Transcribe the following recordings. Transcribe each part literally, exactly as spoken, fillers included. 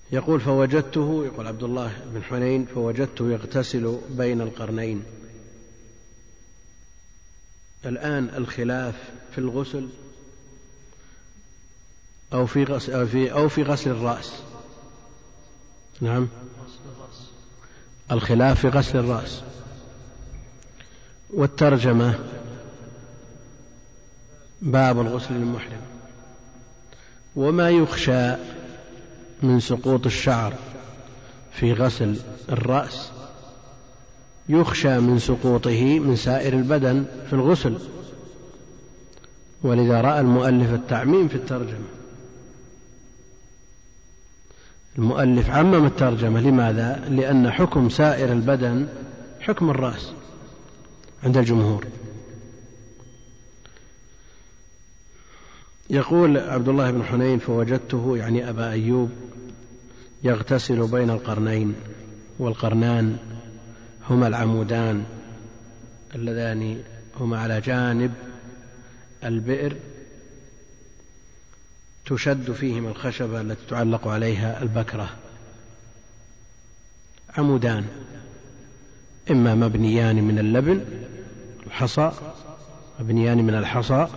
يقول فوجدته، يقول عبد الله بن حنين، فوجدته يغتسل بين القرنين. الآن الخلاف في الغسل أو في غسل, أو في, أو في غسل الرأس. نعم، الخلاف في غسل الرأس. والترجمة باب الغسل للمحرم. وما يخشى من سقوط الشعر في غسل الرأس يخشى من سقوطه من سائر البدن في الغسل، ولذا رأى المؤلف التعميم في الترجمة. المؤلف عمم الترجمة. لماذا؟ لأن حكم سائر البدن حكم الرأس عند الجمهور. يقول عبد الله بن حنين فوجدته يعني أبا أيوب يغتسل بين القرنين، والقرنان هما العمودان اللذان هما على جانب البئر تشد فيهما الخشبة التي تعلق عليها البكرة. عمودان إما مبنيان من اللبن الحصى، مبنيان من الحصى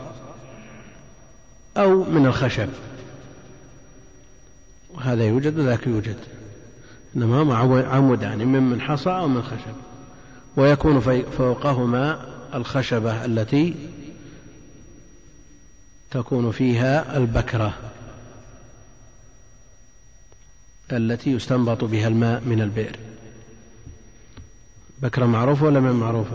أو من الخشب، وهذا يوجد وذاك يوجد، إنما هما عمودان إما من حصى أو من خشب، ويكون فوقهما الخشبة التي تكون فيها البكرة التي يستنبط بها الماء من البئر. بكرة معروفة ولا من معروفة؟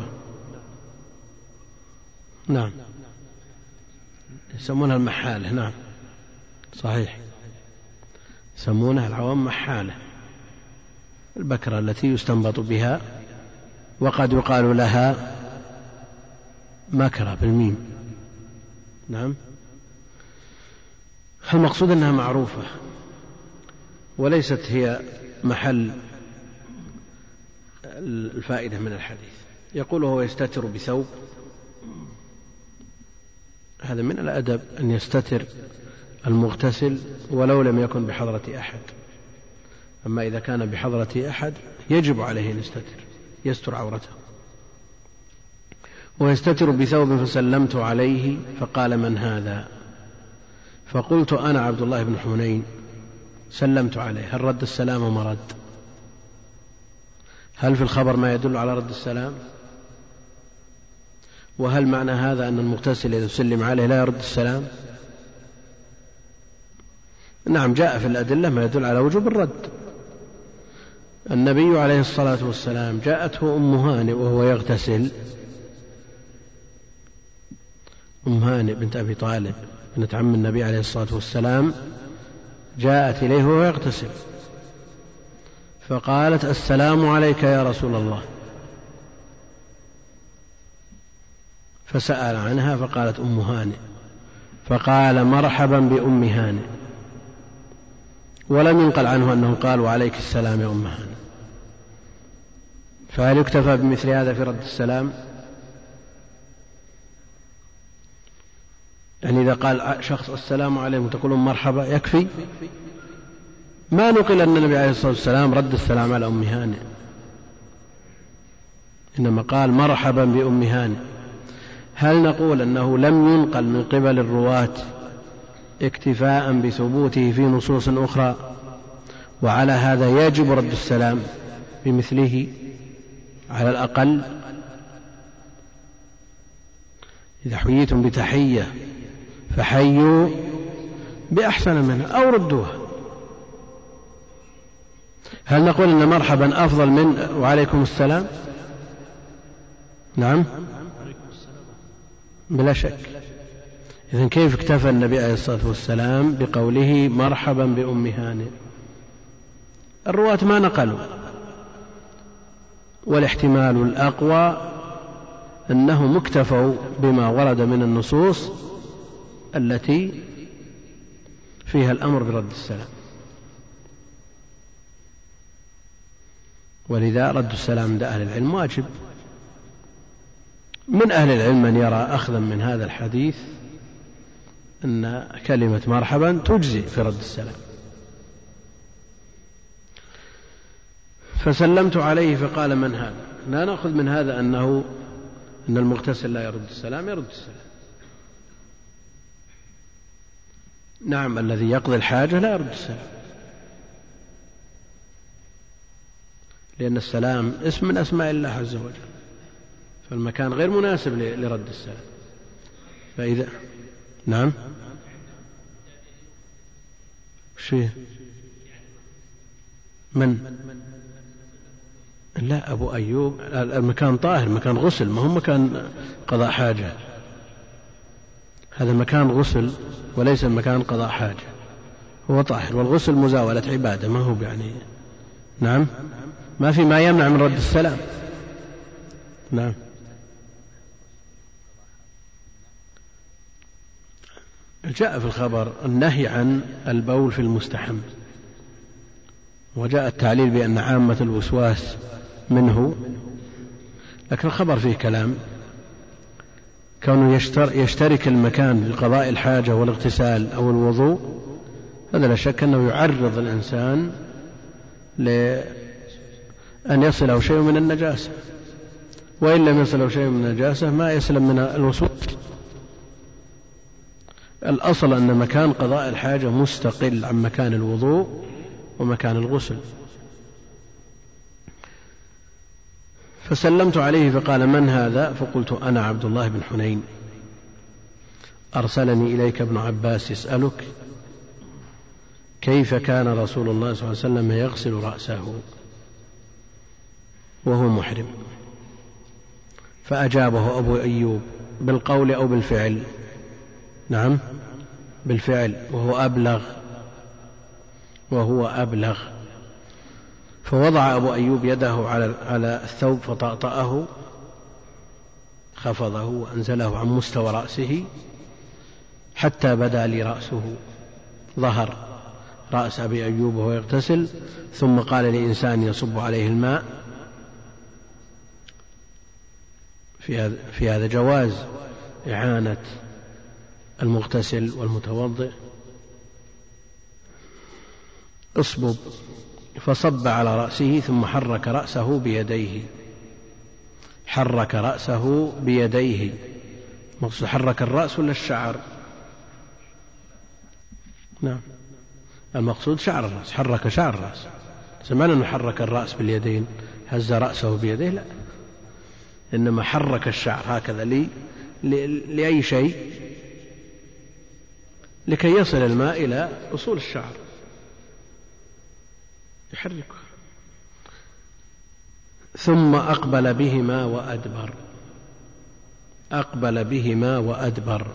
نعم، يسمونها المحالة. نعم صحيح، يسمونها العوام محالة، البكرة التي يستنبط بها، وقد يقال لها مكرة بالميم. نعم، المقصود أنها معروفة وليست هي محل الفائدة من الحديث. يقول هو يستتر بثوب، هذا من الأدب أن يستتر المغتسل ولو لم يكن بحضرة أحد. أما إذا كان بحضرة أحد يجب عليه أن يستتر، يستر عورته. ويستتر بثوب فسلمت عليه فقال من هذا؟ فقلت أنا عبد الله بن حنين سلمت عليه. هل رد السلام وما رد؟ هل في الخبر ما يدل على رد السلام؟ وهل معنى هذا أن المغتسل إذا سلم عليه لا يرد السلام؟ نعم، جاء في الأدلة ما يدل على وجوب الرد. النبي عليه الصلاة والسلام جاءته أم هانئ وهو يغتسل، أم هانئ بنت أبي طالب بنت عم النبي عليه الصلاة والسلام، جاءت إليه وهو يغتسل فقالت السلام عليك يا رسول الله، فسأل عنها فقالت أم هانئ، فقال مرحبا بأم هانئ، ولم ينقل عنه أنه قال وعليك السلام يا أم هانئ. فهل يكتفى بمثل هذا في رد السلام؟ يعني إذا قال شخص السلام عليكم تقولون مرحبا يكفي؟ ما نقل أن النبي عليه الصلاة والسلام رد السلام على أم هانئ، إنما قال مرحبا بأم هانئ. هل نقول أنه لم ينقل من قبل الرواة اكتفاء بثبوته في نصوص أخرى، وعلى هذا يجب رد السلام بمثله على الأقل؟ إذا حييتم بتحية فحيوا بأحسن منها أو ردوها. هل نقول أن مرحبا أفضل من وعليكم السلام؟ نعم بلا شك. إذن كيف اكتفى النبي عليه الصلاة والسلام بقوله مرحبا بأم هانئ؟ الرواة ما نقلوا، والاحتمال الأقوى أنهم اكتفوا بما ورد من النصوص التي فيها الأمر برد السلام، ولذا رد السلام عند أهل العلم واجب. من أهل العلم من يرى أخذا من هذا الحديث أن كلمة مرحبا تجزي في رد السلام، فسلمت عليه فقال: من هذا؟ لا نأخذ من هذا أنه أن المغتسل لا يرد السلام، يرد السلام. نعم، الذي يقضي الحاجة لا يرد السلام، لأن السلام اسم من أسماء الله عز وجل، فالمكان غير مناسب لرد السلام. فإذا نعم شيء من لا أبو أيوب المكان طاهر، مكان غسل، ما هو مكان قضاء حاجة، هذا مكان غسل وليس مكان قضاء حاجة، هو طاهر، والغسل مزاولة عبادة، ما هو يعني نعم ما في ما يمنع من رد السلام. نعم جاء في الخبر النهي عن البول في المستحم، وجاء التعليل بأن عامة الوسواس منه، لكن الخبر فيه كلام، كونه يشترك المكان لقضاء الحاجة والاغتسال أو الوضوء، هذا لا شك أنه يعرض الإنسان لأن يصله شيء من النجاسة، وإن لم يصله شيء من النجاسة ما يسلم من الوسواس. الأصل أن مكان قضاء الحاجة مستقل عن مكان الوضوء ومكان الغسل. فسلمت عليه فقال: من هذا؟ فقلت: أنا عبد الله بن حنين، أرسلني إليك ابن عباس يسألك كيف كان رسول الله صلى الله عليه وسلم يغسل رأسه وهو محرم. فأجابه أبو أيوب بالقول أو بالفعل؟ نعم بالفعل، وهو أبلغ وهو أبلغ فوضع أبو أيوب يده على الثوب فطأطأه، خفضه وأنزله عن مستوى رأسه حتى بدا لي رأسه، ظهر رأس أبي أيوب وهو يغتسل، ثم قال لإنسان يصب عليه الماء. في هذا جواز إعانة المغتسل والمتوضئ. اصبب، فصب على رأسه ثم حرك رأسه بيديه، حرك رأسه بيديه. مقصود حرك الرأس ولا الشعر؟ نعم المقصود شعر الرأس، حرك شعر الرأس. سمعنا أنه حرك الرأس باليدين، هز رأسه بيديه، لا، إنما حرك الشعر هكذا لي لأي شيء، لكي يصل الماء إلى أصول الشعر، يحركه. ثم أقبل بهما وأدبر، أقبل بهما وأدبر،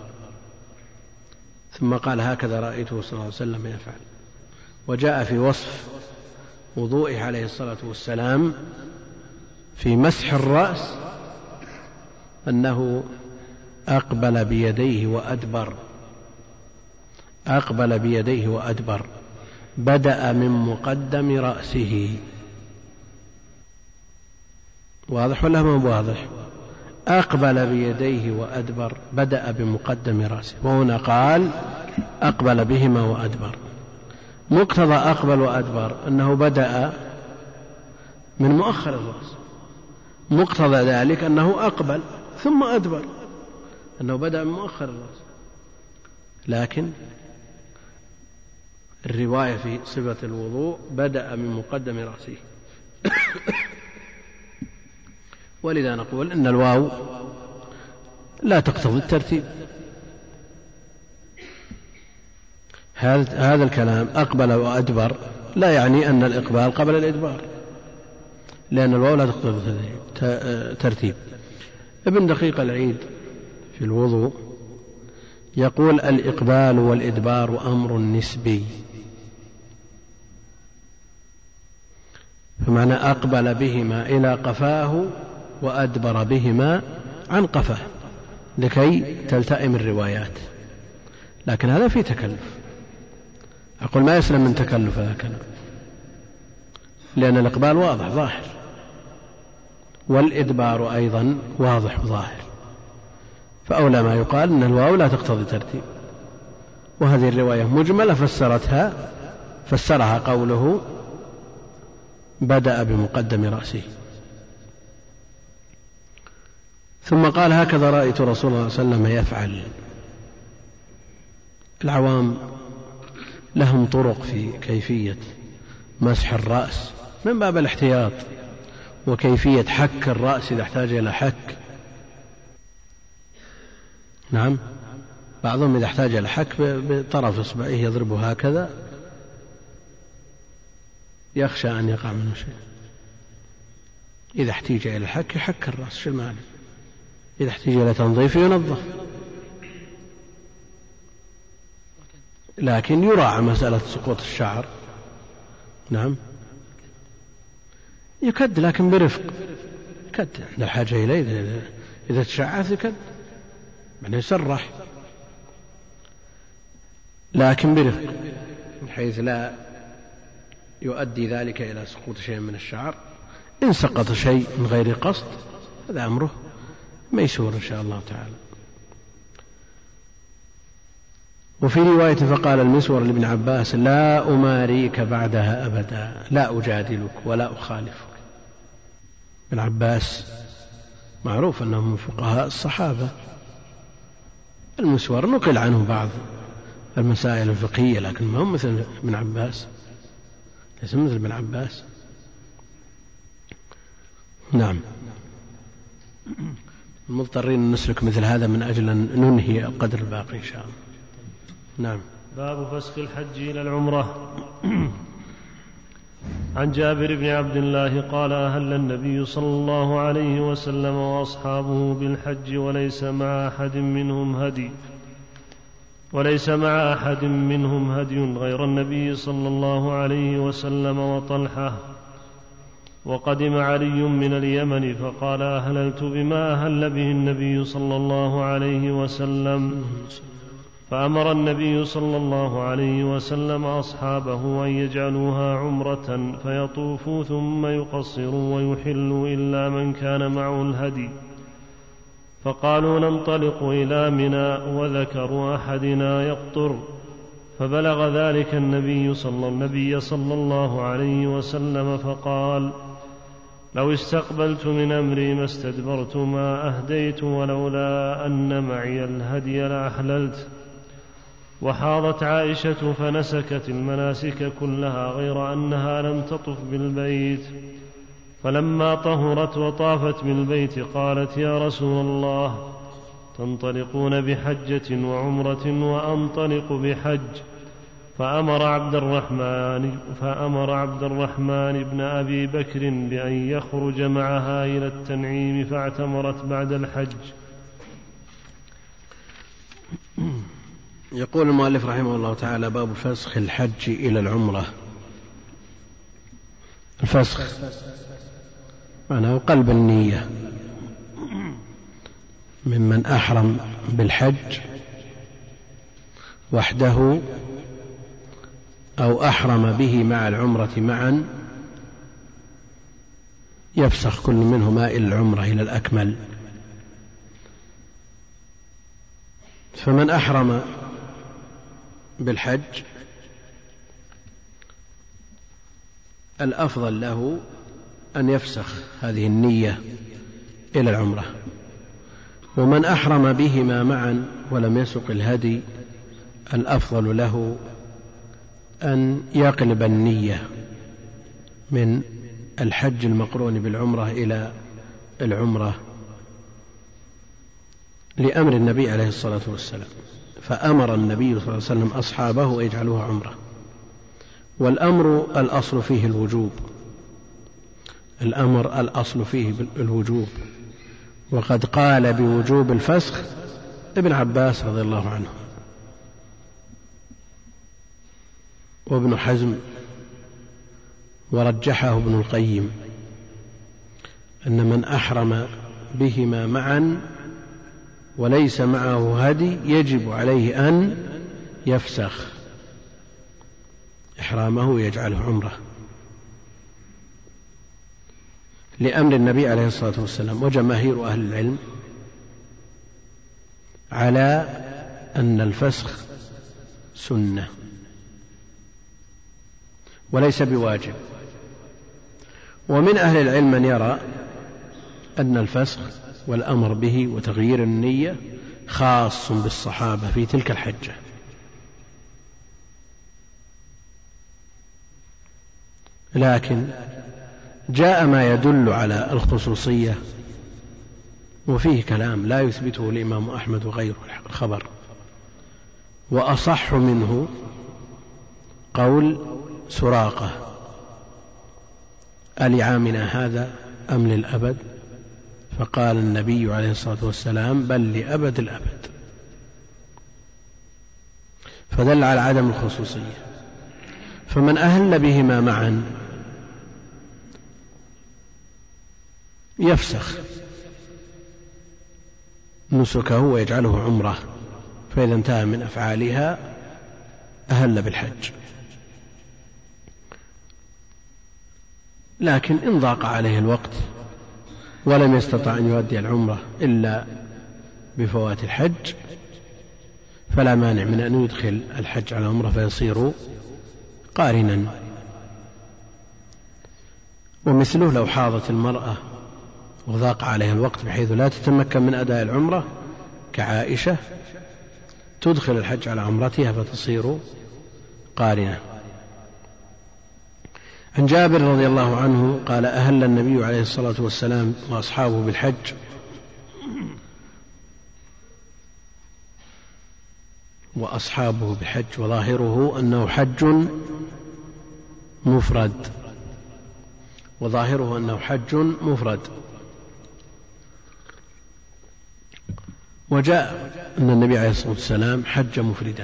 ثم قال: هكذا رأيته صلى الله عليه وسلم يفعل. وجاء في وصف وضوئه عليه الصلاة والسلام في مسح الرأس أنه أقبل بيديه وأدبر، أقبل بيديه وأدبر، بدأ من مقدم رأسه. واضح ولا ما واضح؟ أقبل بيديه وأدبر، بدأ بمقدم رأسه، وهنا قال أقبل بهما وأدبر. مقتضى أقبل وأدبر أنه بدأ من مؤخر الرأس، مقتضى ذلك أنه أقبل ثم أدبر، أنه بدأ من مؤخر الرأس. لكن الرواية في صفة الوضوء بدأ من مقدم رأسه. ولذا نقول إن الواو لا تقتضي الترتيب. هذا الكلام أقبل وأدبر لا يعني أن الإقبال قبل الإدبار، لأن الواو لا تقتضي ترتيب. ابن دقيق العيد في الوضوء يقول: الإقبال والإدبار أمر نسبي، فمعنى أقبل بهما إلى قفاه وأدبر بهما عن قفاه لكي تلتئم الروايات، لكن هذا في تكلف. أقول ما يسلم من تكلف هذا الكلام، لأن الإقبال واضح ظاهر، والإدبار أيضا واضح ظاهر، فأولى ما يقال أن الواو لا تقتضي ترتيب. وهذه الرواية مجملة فسرتها فسرها قوله بدأ بمقدم رأسه. ثم قال هكذا رأيت رسول الله صلى الله عليه وسلم يفعل. العوام لهم طرق في كيفية مسح الرأس من باب الاحتياط، وكيفية حك الرأس إذا احتاج إلى حك. نعم، بعضهم إذا احتاج إلى حك بطرف إصبعه يضربه هكذا يخشى أن يقع منه شيء. إذا احتاج إلى الحك يحك الرأس، شو المعنى؟ إذا احتاج إلى تنظيف ينظف. لكن يراعى مسألة سقوط الشعر. نعم، يكد لكن برفق، يكد عند الحاجة إليه. إذا تشعث يكد يعني يسرح، لكن برفق بحيث لا يؤدي ذلك إلى سقوط شيء من الشعر. إن سقط شيء من غير قصد هذا أمره ميسور إن شاء الله تعالى. وفي رواية فقال المسور لابن عباس لا أماريك بعدها أبدا، لا أجادلك ولا أخالفك. ابن عباس معروف أنه من فقهاء الصحابة. المسور نقل عنه بعض المسائل الفقهية لكن ما هم مثل ابن عباس، ليس مثل ابن عباس. نعم، مضطرين نسلك مثل هذا من أجل أن ننهي القدر الباقي إن شاء الله. نعم. باب فسخ الحج إلى العمرة. عن جابر بن عبد الله قال أهل النبي صلى الله عليه وسلم وأصحابه بالحج وليس مع أحد منهم هدي وليس مع أحد منهم هدي غير النبي صلى الله عليه وسلم وطلحة. وقدم علي من اليمن فقال أهللت بما أهل به النبي صلى الله عليه وسلم، فأمر النبي صلى الله عليه وسلم أصحابه أن يجعلوها عمرة فيطوفوا ثم يقصروا ويحلوا إلا من كان معه الهدي. فقالوا ننطلق إلى منى، وذكروا أحدنا يقطر. فبلغ ذلك النبي صلى, النبي صلى الله عليه وسلم فقال لو استقبلت من أمري ما استدبرت ما أهديت ولولا أن معي الهدي لأحللت. وحاضت عائشة فنسكت المناسك كلها غير أنها لم تطف بالبيت. فلما طهرت وطافت بالبيت قالت يا رسول الله تنطلقون بحجة وعمرة وأنطلق بحج. فأمر عبد الرحمن فأمر عبد الرحمن بن أبي بكر بأن يخرج معها إلى التنعيم فاعتمرت بعد الحج. يقول المؤلف رحمه الله تعالى باب فسخ الحج إلى العمرة. الفسخ معناه قلب النية ممن أحرم بالحج وحده أو أحرم به مع العمرة معا، يفسخ كل منهما إلى العمرة إلى الأكمل. فمن أحرم بالحج الأفضل له أن يفسخ هذه النية إلى العمرة، ومن أحرم بهما معا ولم يسق الهدي الأفضل له أن يقلب النية من الحج المقرون بالعمرة إلى العمرة لأمر النبي عليه الصلاة والسلام. فأمر النبي صلى الله عليه وسلم أصحابه يجعلوها عمرة، والأمر الأصل فيه الوجوب، الأمر الأصل فيه الوجوب. وقد قال بوجوب الفسخ ابن عباس رضي الله عنه وابن حزم، ورجحه ابن القيم أن من أحرم بهما معا وليس معه هدي يجب عليه أن يفسخ إحرامه ويجعله عمرة لأمر النبي عليه الصلاة والسلام. وجماهير أهل العلم على أن الفسخ سنة وليس بواجب، ومن أهل العلم من يرى أن الفسخ والأمر به وتغيير النية خاص بالصحابة في تلك الحجة، لكن جاء ما يدل على الخصوصية وفيه كلام لا يثبته الإمام أحمد وغيره الخبر، وأصح منه قول سراقة: ألعامنا هذا أم للأبد؟ فقال النبي عليه الصلاة والسلام: بل لأبد الأبد، فدل على عدم الخصوصية. فمن أهل بهما معا يفسخ نسكه ويجعله عمره، فإذا انتهى من أفعالها أهل بالحج. لكن إن ضاق عليه الوقت ولم يستطع أن يؤدي العمرة إلا بفوات الحج فلا مانع من أن يدخل الحج على العمرة فيصير قارنا. ومثله لو حاضت المرأة وضاق عليها الوقت بحيث لا تتمكن من أداء العمرة كعائشة تدخل الحج على عمرتها فتصير قارنة. عن جابر رضي الله عنه قال: أهل النبي عليه الصلاة والسلام وأصحابه بالحج وأصحابه بالحج وظاهره أنه حج مفرد وظاهره أنه حج مفرد وجاء أن النبي عليه الصلاة والسلام حج مفردا،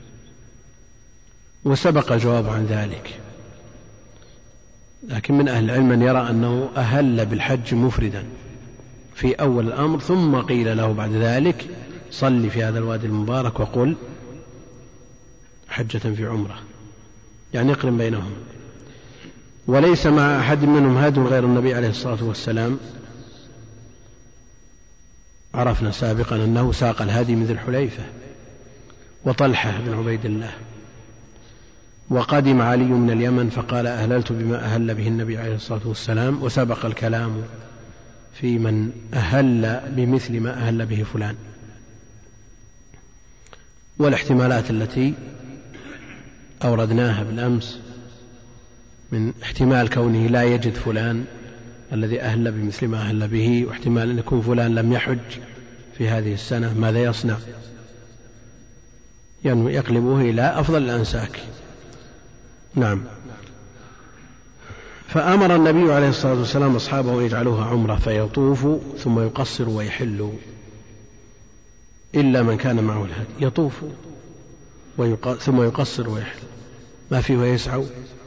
وسبق الجواب عن ذلك. لكن من أهل العلم من يرى أنه أهل بالحج مفردا في أول الأمر، ثم قيل له بعد ذلك: صل في هذا الوادي المبارك وقل حجة في عمرة، يعني اقرن بينهم. وليس مع أحد منهم هاد غير النبي عليه الصلاة والسلام. عرفنا سابقا أنه ساق الهادي من ذي الحليفة وطلحة بن عبيد الله. وقدم علي من اليمن فقال: أهللت بما أهل به النبي عليه الصلاة والسلام، وسبق الكلام في من أهل بمثل ما أهل به فلان. والاحتمالات التي أوردناها بالأمس من احتمال كونه لا يجد فلان الذي أهل بمثل ما أهل به، واحتمال أن يكون فلان لم يحج في هذه السنة، ماذا يصنع؟ يعني يقلبه إلى أفضل الأنساك. نعم. فأمر النبي عليه الصلاة والسلام أصحابه يجعلوها عمرة فيطوفوا ثم يقصروا ويحلوا إلا من كان معه الهدي. يطوفوا ويق... ثم يقصر ويحل، ما فيه ويسعوا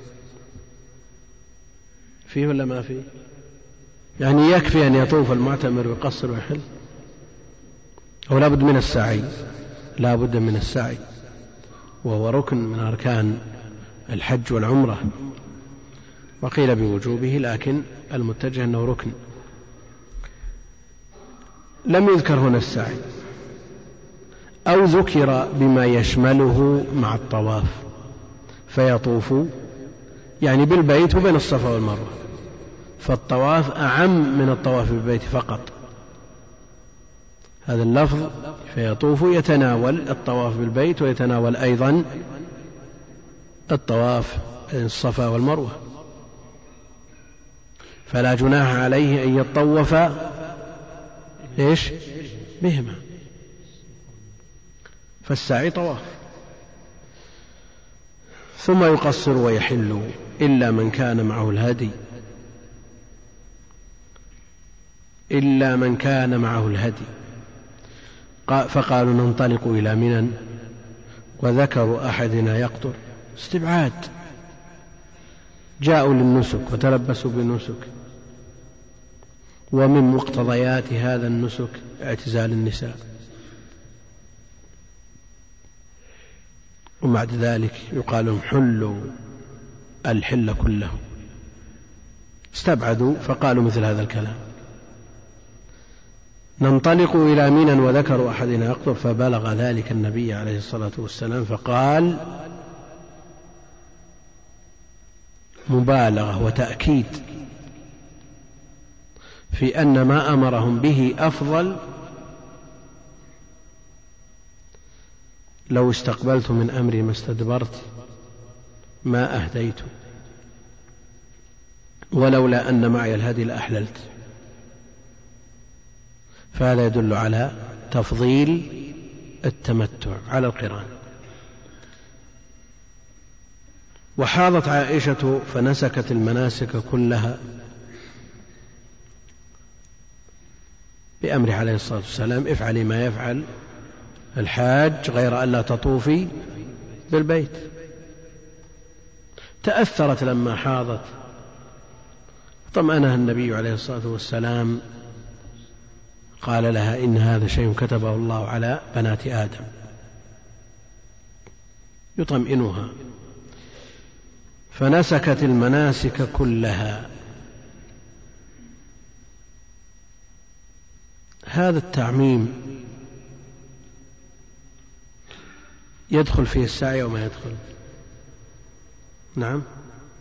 فيه ولا ما فيه؟ يعني يكفي أن يطوف المعتمر ويقصر ويحل، أو لا بد من السعي؟ لا بد من السعي، وهو ركن من أركان الحج والعمرة، وقيل بوجوبه لكن المتجه أنه ركن. لم يذكر هنا السعي، أو ذكر بما يشمله مع الطواف فيطوف يعني بالبيت وبين الصفا والمروة، فالطواف أعم من الطواف بالبيت فقط. هذا اللفظ فيطوف يتناول الطواف بالبيت ويتناول أيضا الطواف بين الصفا والمروة، فلا جناح عليه أن يطوف إيش بهما، فالسعي طواف. ثم يقصر ويحل إلا من كان معه الهدي إلا من كان معه الهدي فقالوا: ننطلق إلى منى وذكر أحدنا يقطر. استبعاد، جاءوا للنسك وتلبسوا بالنسك، ومن مقتضيات هذا النسك اعتزال النساء، وبعد ذلك يقال لهم: حلوا الحل كله. استبعدوا فقالوا مثل هذا الكلام. ننطلق إلى منى وذكر أحدنا يقطر، فبلغ ذلك النبي عليه الصلاة والسلام فقال مبالغة وتأكيد في أن ما أمرهم به أفضل لو استقبلت من أمري ما استدبرت ما أهديت ولولا أن معي الهدي لأحللت. فهذا يدل على تفضيل التمتع على القران. وحاضت عائشة فنسكت المناسك كلها بأمره عليه الصلاة والسلام: افعلي ما يفعل الحاج غير ألا تطوفي بالبيت. تأثرت لما حاضت، طمأنها النبي عليه الصلاة والسلام، قال لها: إن هذا شيء كتبه الله على بنات آدم، يطمئنها. فنسكت المناسك كلها. هذا التعميم يدخل فيه السعي وما يدخل؟ نعم.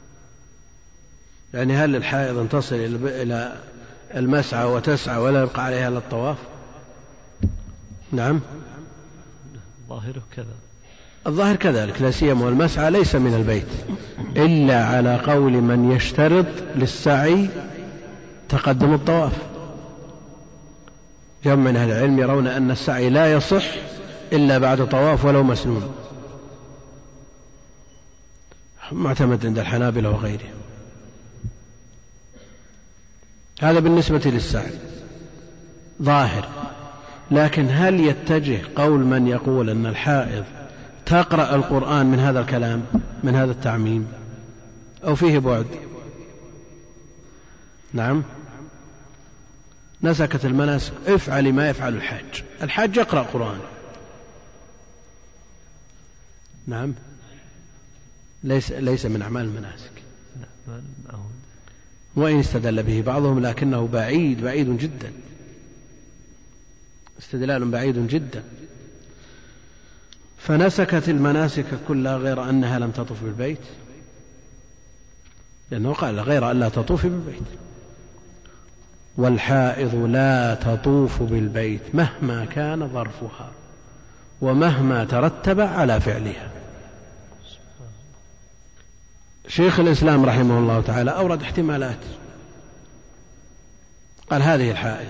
يعني هل الحائض أن تصل إلى المسعى وتسعى ولا يبقى عليها إلا الطواف؟ نعم، الظاهر كذا. الظاهر كذلك، لا سيما والمسعى ليس من البيت، إلا على قول من يشترط للسعي تقدم الطواف. جمع من أهل العلم يرون أن السعي لا يصح إلا بعد طواف ولو مسنون، معتمد عند الحنابلة وغيرهم. هذا بالنسبة للسعي ظاهر. لكن هل يتجه قول من يقول أن الحائض تقرأ القرآن من هذا الكلام، من هذا التعميم، أو فيه بعد؟ نعم. نسكت المناسك، افعل ما يفعل الحاج. الحاج يقرأ قرآن. نعم، ليس, ليس من أعمال المناسك، وإن استدل به بعضهم لكنه بعيد بعيد جدا، استدلال بعيد جدا. فنسكت المناسك كلها غير أنها لم تطف بالبيت، لأنه قال غير أن لا تطوف بالبيت. والحائض لا تطوف بالبيت مهما كان ظرفها ومهما ترتب على فعلها. شيخ الإسلام رحمه الله تعالى أورد احتمالات، قال هذه الحائض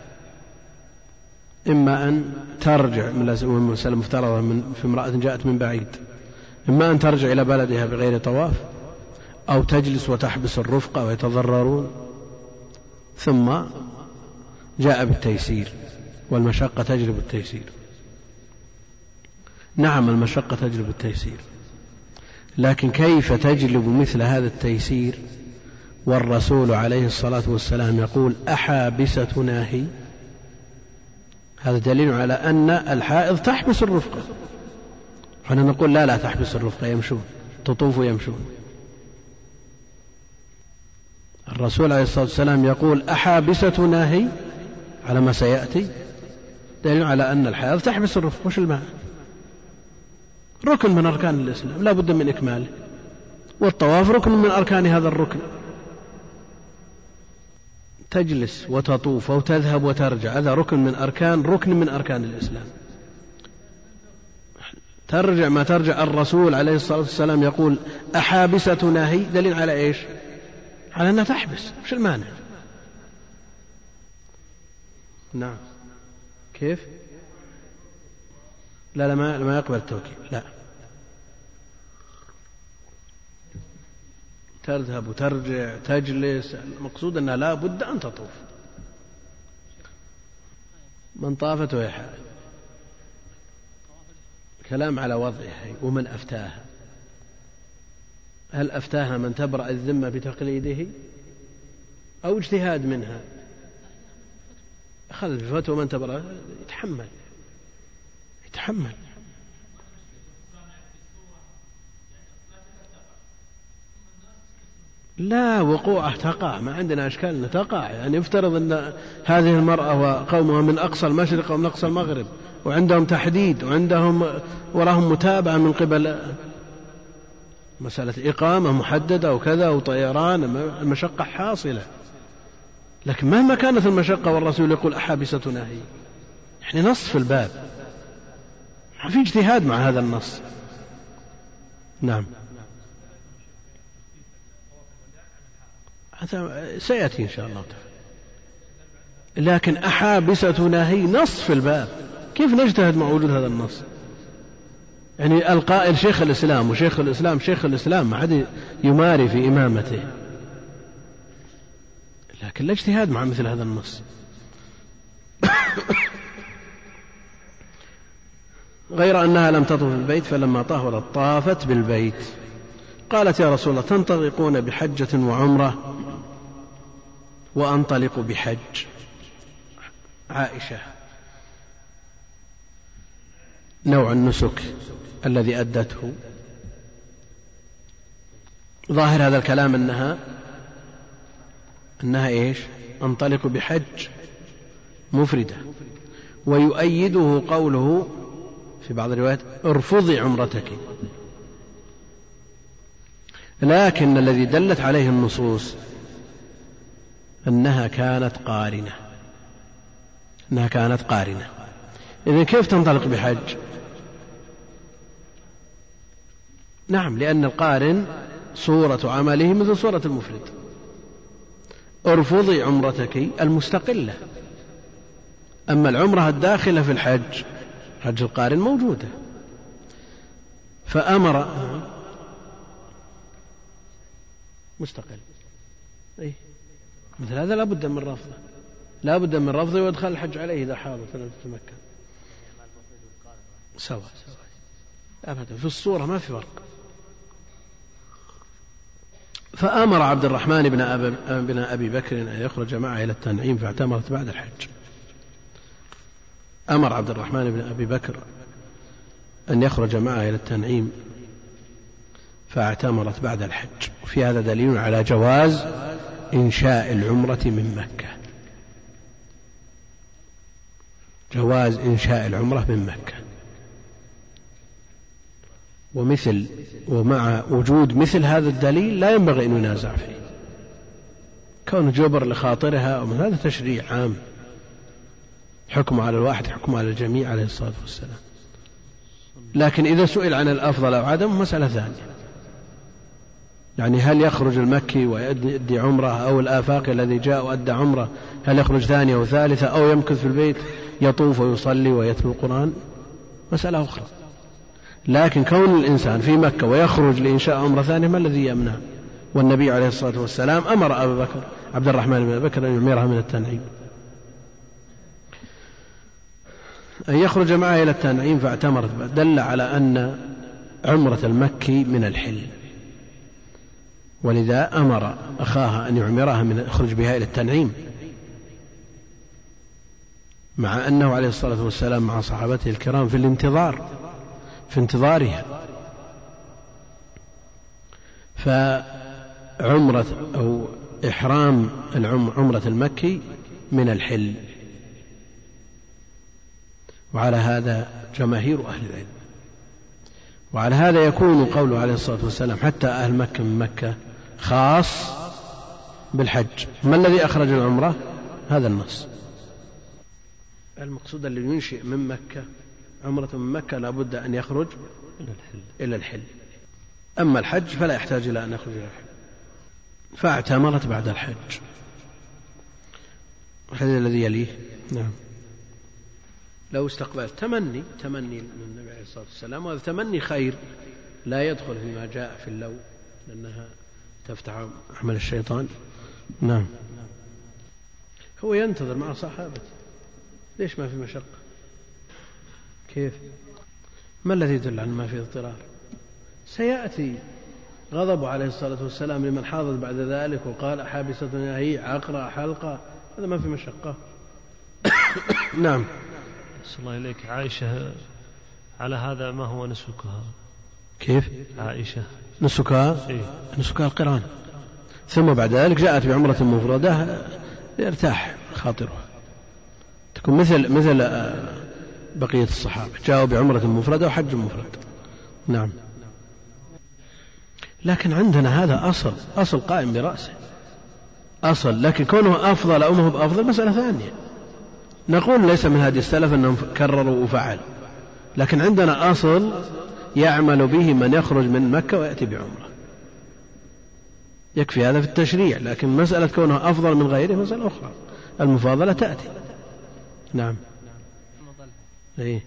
إما أن ترجع من المسألة المفترضة في امرأة جاءت من بعيد، إما أن ترجع إلى بلدها بغير طواف، أو تجلس وتحبس الرفقة ويتضررون. ثم جاء بالتيسير، والمشقة تجلب التيسير. نعم، المشقة تجلب التيسير، لكن كيف تجلب مثل هذا التيسير والرسول عليه الصلاة والسلام يقول أحابستنا هي؟ هذا دليل على أن الحائض تحبس الرفقة. حنا نقول لا لا تحبس الرفقة، يمشون، تطوف يمشون. الرسول عليه الصلاة والسلام يقول أحابستنا هي على ما سيأتي، دليل على أن الحائض تحبس الرفقة. وش المعنى؟ ركن من أركان الإسلام لا بد من إكماله، والطواف ركن من أركان هذا الركن. تجلس وتطوف وتذهب وترجع، هذا ركن من أركان ركن من أركان الإسلام. ترجع ما ترجع، الرسول عليه الصلاة والسلام يقول أحابستنا هي، دليل على إيش؟ على أنها تحبس. وش المانع؟ نعم. كيف؟ لا لا ما, ما يقبل التوكيد. لا، تذهب وترجع تجلس، المقصود أنها لا بد أن تطوف. من طافت وهي حائض، كلام على وضعها. ومن أفتاها، هل أفتاها من تبرأ الذمة بتقليده أو اجتهاد منها؟ أخذ بفتوى من تبرأ، يتحمل يتحمل لا، وقوعه تقع، ما عندنا أشكال تقع. يعني يفترض أن هذه المرأة وقومها من أقصى المشرق ومن أقصى المغرب، وعندهم تحديد، وعندهم وراهم متابعة من قبل مسألة إقامة محددة وكذا وطيران، المشقة حاصلة. لكن مهما كانت المشقة والرسول يقول أحابستنا هي، يعني نص في الباب، ما في اجتهاد مع هذا النص. نعم، هذا سيأتي إن شاء الله تعالى. لكن أحابستنا هي نص في الباب، كيف نجتهد مع وجود هذا النص؟ يعني القائل شيخ الإسلام وشيخ الإسلام شيخ الإسلام ما حد يماري في إمامته، لكن لا اجتهاد مع مثل هذا النص. غير أنها لم تطف البيت، فلما طهرت طافت بالبيت. قالت يا رسول الله تنطلقون بحجة وعمرة وأنطلق بحج. عائشة نوع النسك الذي أدته، ظاهر هذا الكلام أنها أنها إيش؟ أنطلق بحج مفردة. ويؤيده قوله في بعض الروايات ارفضي عمرتك، لكن الذي دلت عليه النصوص أنها كانت قارنة، أنها كانت قارنة. إذن كيف تنطلق بحج؟ نعم، لأن القارن صورة عمله مثل صورة المفرد. ارفضي عمرتك المستقلة، أما العمرة الداخلة في الحج حج القارن موجودة. فأمر مستقل، أي مثل هذا لا بد من رفضه، لا بد من رفضه ويدخل الحج عليه إذا حاضر في مكة سواء أبدا، في الصورة ما في فرق. فأمر عبد الرحمن بن أبي, بن أبي بكر أن يخرج معه إلى التنعيم فاعتمرت بعد الحج. أمر عبد الرحمن بن أبي بكر أن يخرج معه إلى التنعيم فاعتمرت بعد الحج. وفي هذا دليل على جواز إنشاء العمرة من مكة، جواز إنشاء العمرة من مكة. ومثل ومع وجود مثل هذا الدليل لا ينبغي أن ينازع فيه، كون جبر لخاطرها ومن هذا تشريع عام، حكم على الواحد حكم على الجميع عليه الصلاة والسلام. لكن إذا سئل عن الأفضل أو عدم مسألة ثانية، يعني هل يخرج المكي ويؤدي عمره أو الآفاقي الذي جاء وأدى عمره هل يخرج ثانية وثالثة أو يمكث في البيت يطوف ويصلي ويتلو القرآن، مسألة أخرى. لكن كون الإنسان في مكة ويخرج لإنشاء عمرة ثانية ما الذي يمنع؟ والنبي عليه الصلاة والسلام أمر أبا بكر عبد الرحمن بن أبي بكر أن يعمرها من التنعيم، أن يخرج معه إلى التنعيم فاعتمرت، دل على أن عمرة المكي من الحل، ولذا أمر أخاها أن يعمرها من يخرج بها إلى التنعيم، مع أنه عليه الصلاة والسلام مع صحابته الكرام في الانتظار في انتظارها. فعمرة أو إحرام عمرة المكي من الحل، وعلى هذا جماهير أهل العلم. وعلى هذا يكون قوله عليه الصلاة والسلام حتى أهل مكة من مكة خاص بالحج. ما الذي أخرج العمرة؟ هذا النص. المقصود اللي ينشئ من مكة عمرة من مكة لابد أن يخرج إلى الحل، أما الحج فلا يحتاج إلى أن يخرج إلى الحل. فاعتمرت بعد الحج. هذا الذي يليه. نعم، لو استقبلت تمني تمني من النبي عليه الصلاة والسلام، وهذا تمني خير لا يدخل فيما جاء في اللو لأنها تفتح عمل الشيطان. نعم، هو ينتظر مع صحابته، ليش ما في مشقة؟ كيف؟ ما الذي يدل على ما فيه اضطرار؟ سيأتي غضب عليه الصلاة والسلام لمن حاضر بعد ذلك وقال حابستنا هي عقرة حلقة، هذا ما في مشقة. نعم. صلى الله إليك. عائشة على هذا ما هو نسكها؟ كيف؟ عائشة نسكها إيه؟ نسكها القران، ثم بعد ذلك جاءت بعمرة مفردة ليرتاح خاطرها، تكون مثل مثل بقية الصحابة جاءوا بعمرة مفردة وحج مفرد. نعم، لكن عندنا هذا أصل أصل قائم برأسه، أصل، لكن كونه أفضل أو ما هو بأفضل مسألة ثانية. نقول ليس من هذه السلف أنهم كرروا وفعلوا، لكن عندنا أصل يعمل به من يخرج من مكة ويأتي بعمرة، يكفي هذا في التشريع. لكن مسألة كونه أفضل من غيره مسألة أخرى، المفاضلة تأتي. نعم. إيه؟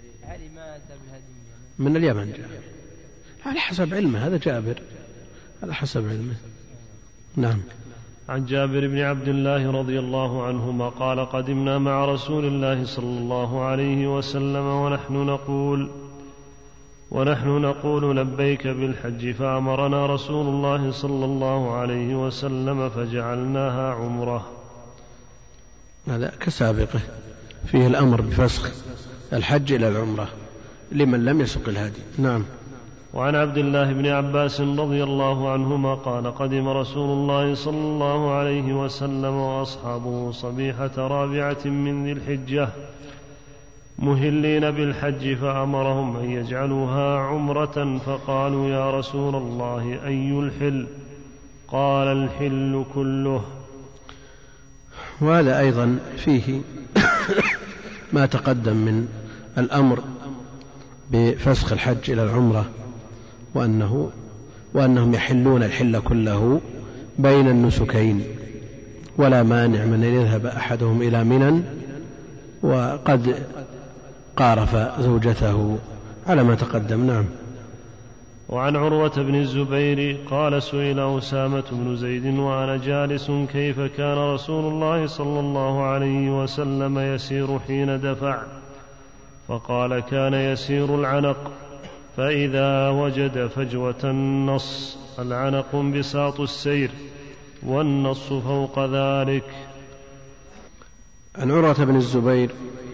من اليمن جاء على حسب علمه، هذا جابر على حسب علمه. نعم. عن جابر بن عبد الله رضي الله عنهما قال قدمنا مع رسول الله صلى الله عليه وسلم ونحن نقول ونحن نقول لبيك بالحج، فأمرنا رسول الله صلى الله عليه وسلم فجعلناها عمرة. هذا كسابقه، فيه الأمر بفسخ الحج إلى العمرة لمن لم يسق الهدي. نعم. وعن عبد الله بن عباس رضي الله عنهما قال قدم رسول الله صلى الله عليه وسلم وأصحابه صبيحة رابعة من ذي الحجة مهلين بالحج، فأمرهم أن يجعلوها عمرة، فقالوا يا رسول الله أي الحل؟ قال الحل كله. وهذا أيضا فيه ما تقدم من الأمر بفسخ الحج إلى العمرة، وأنه وأنهم يحلون الحل كله بين النسكين، ولا مانع من أن يذهب أحدهم إلى منى وقد قارف زوجته على ما تقدم. نعم. وعن عروة بن الزبير قال سئل أسامة بن زيد وأنا جالس كيف كان رسول الله صلى الله عليه وسلم يسير حين دفع؟ فقال كان يسير العنق، فإذا وجد فجوة النص، العنق انبساط السير والنص فوق ذلك. عن عروة بن الزبير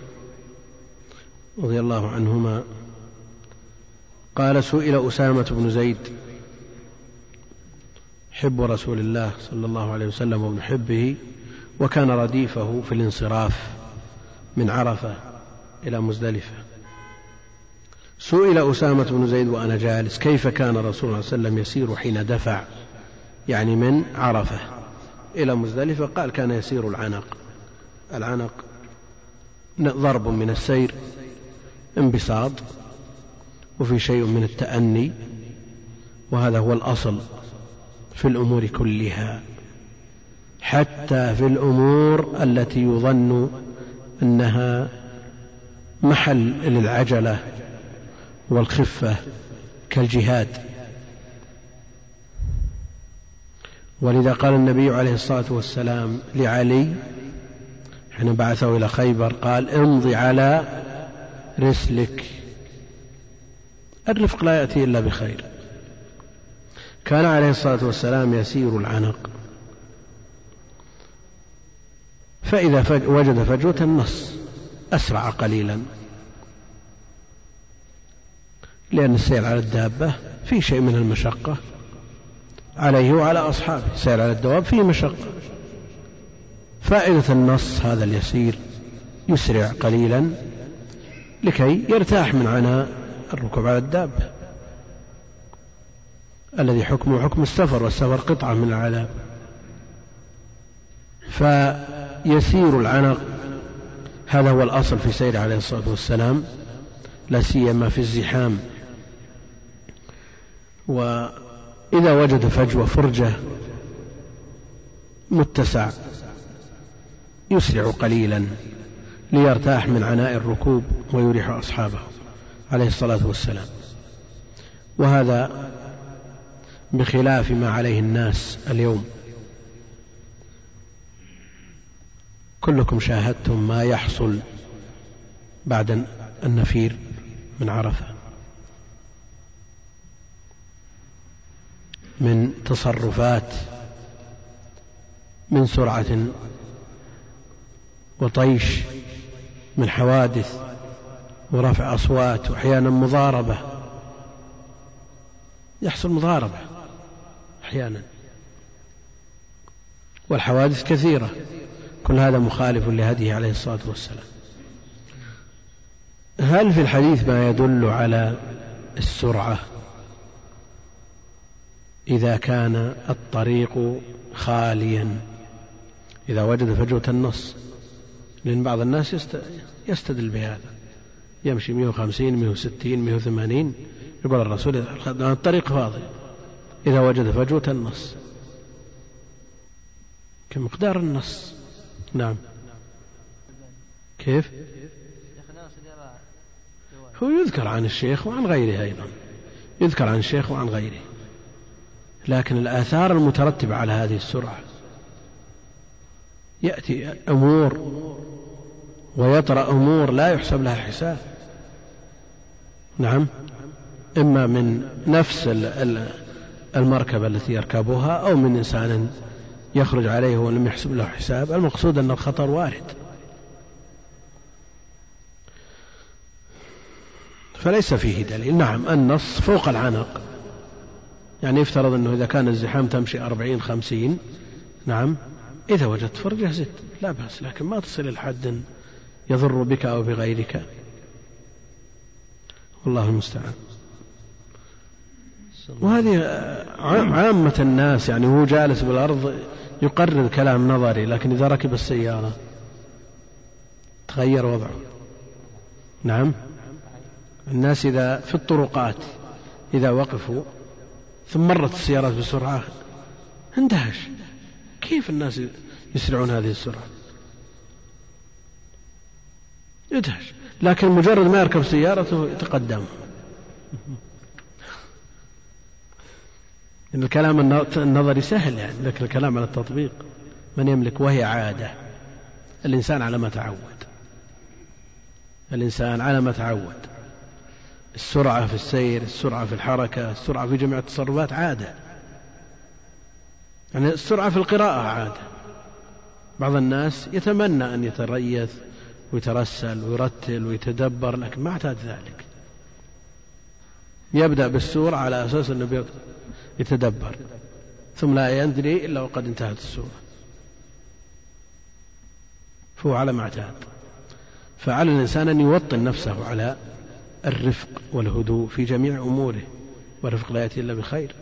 رضي الله عنهما قال سئل أسامة بن زيد حب رسول الله صلى الله عليه وسلم وابن حبه، وكان رديفه في الانصراف من عرفة إلى مزدلفة. سئل أسامة بن زيد وأنا جالس كيف كان رسول الله صلى الله عليه وسلم يسير حين دفع، يعني من عرفة إلى مزدلفة. قال كان يسير العنق. العنق ضرب من السير، انبساط، وفي شيء من التأني، وهذا هو الأصل في الأمور كلها، حتى في الأمور التي يظن أنها محل للعجلة والخفة كالجهاد. ولذا قال النبي عليه الصلاة والسلام لعلي حين بعثه إلى خيبر قال امضي على رسلك، الرفق لا يأتي إلا بخير. كان عليه الصلاة والسلام يسير العنق، فإذا وجد فجوة النص أسرع قليلا، لأن السير على الدابة فيه شيء من المشقة عليه وعلى أصحابه، السير على الدواب فيه مشقة. فائدة النص هذا اليسير يسرع قليلا لكي يرتاح من عناء الركوب على الدابة الذي حكمه حكم السفر، والسفر قطعة من العذاب. فيسير العنق هذا هو الأصل في سير عليه الصلاة والسلام، لا سيما في الزحام. وإذا وجد فجوة فرجة متسع يسرع قليلا ليرتاح من عناء الركوب ويريح أصحابه عليه الصلاة والسلام. وهذا بخلاف ما عليه الناس اليوم. كلكم شاهدتم ما يحصل بعد النفير من عرفة من تصرفات، من سرعة وطيش، من حوادث ورفع أصوات، وأحيانا مضاربة، يحصل مضاربة أحيانا، والحوادث كثيرة. كل هذا مخالف لهديه عليه الصلاة والسلام. هل في الحديث ما يدل على السرعة إذا كان الطريق خاليا إذا وجد فجوة النص، لأن بعض الناس يستدل بهذا، يمشي مئة وخمسين مئة وستين مئة وثمانين، يقول الرسول الطريق فاضي إذا وجد فجوة النص كمقدار النص. نعم. كيف؟ هو يذكر عن الشيخ وعن غيره أيضا، يذكر عن الشيخ وعن غيره، لكن الآثار المترتبة على هذه السرعة يأتي أمور ويطرأ أمور لا يحسب لها حساب. نعم، إما من نفس المركبة التي يركبها أو من إنسان يخرج عليه ولم يحسب له حساب. المقصود أن الخطر وارد، فليس فيه دليل. نعم، النص فوق العنق، يعني يفترض أنه إذا كان الزحام تمشي أربعين خمسين، نعم، إذا وجدت فرجة زد لا بأس، لكن ما تصل الحد يضر بك أو بغيرك، والله المستعان. وهذه عامة الناس، يعني هو جالس بالأرض يقرر كلام نظري، لكن إذا ركب السيارة تغير وضعه. نعم، الناس إذا في الطرقات إذا وقفوا ثم مرت السيارات بسرعة اندهش، كيف الناس يسرعون هذه السرعة؟ يدهش، لكن مجرد ما يركب سيارته يتقدم. إن الكلام النظري سهل يعني، لكن الكلام على التطبيق من يملك، وهي عادة الإنسان على ما تعود. الإنسان على ما تعود، السرعة في السير، السرعة في الحركة، السرعة في جميع التصرفات عادة. يعني السرعة في القراءة عادة. بعض الناس يتمنى أن يتريث ويترسل ويرتل ويتدبر، لكن ما اعتاد ذلك، يبدأ بالسورة على أساس أنه يتدبر، ثم لا يدري إلا وقد انتهت السورة، فهو على ما اعتاد. فعلى الإنسان أن يوطن نفسه على الرفق والهدوء في جميع أموره، والرفق لا يأتي إلا بخير،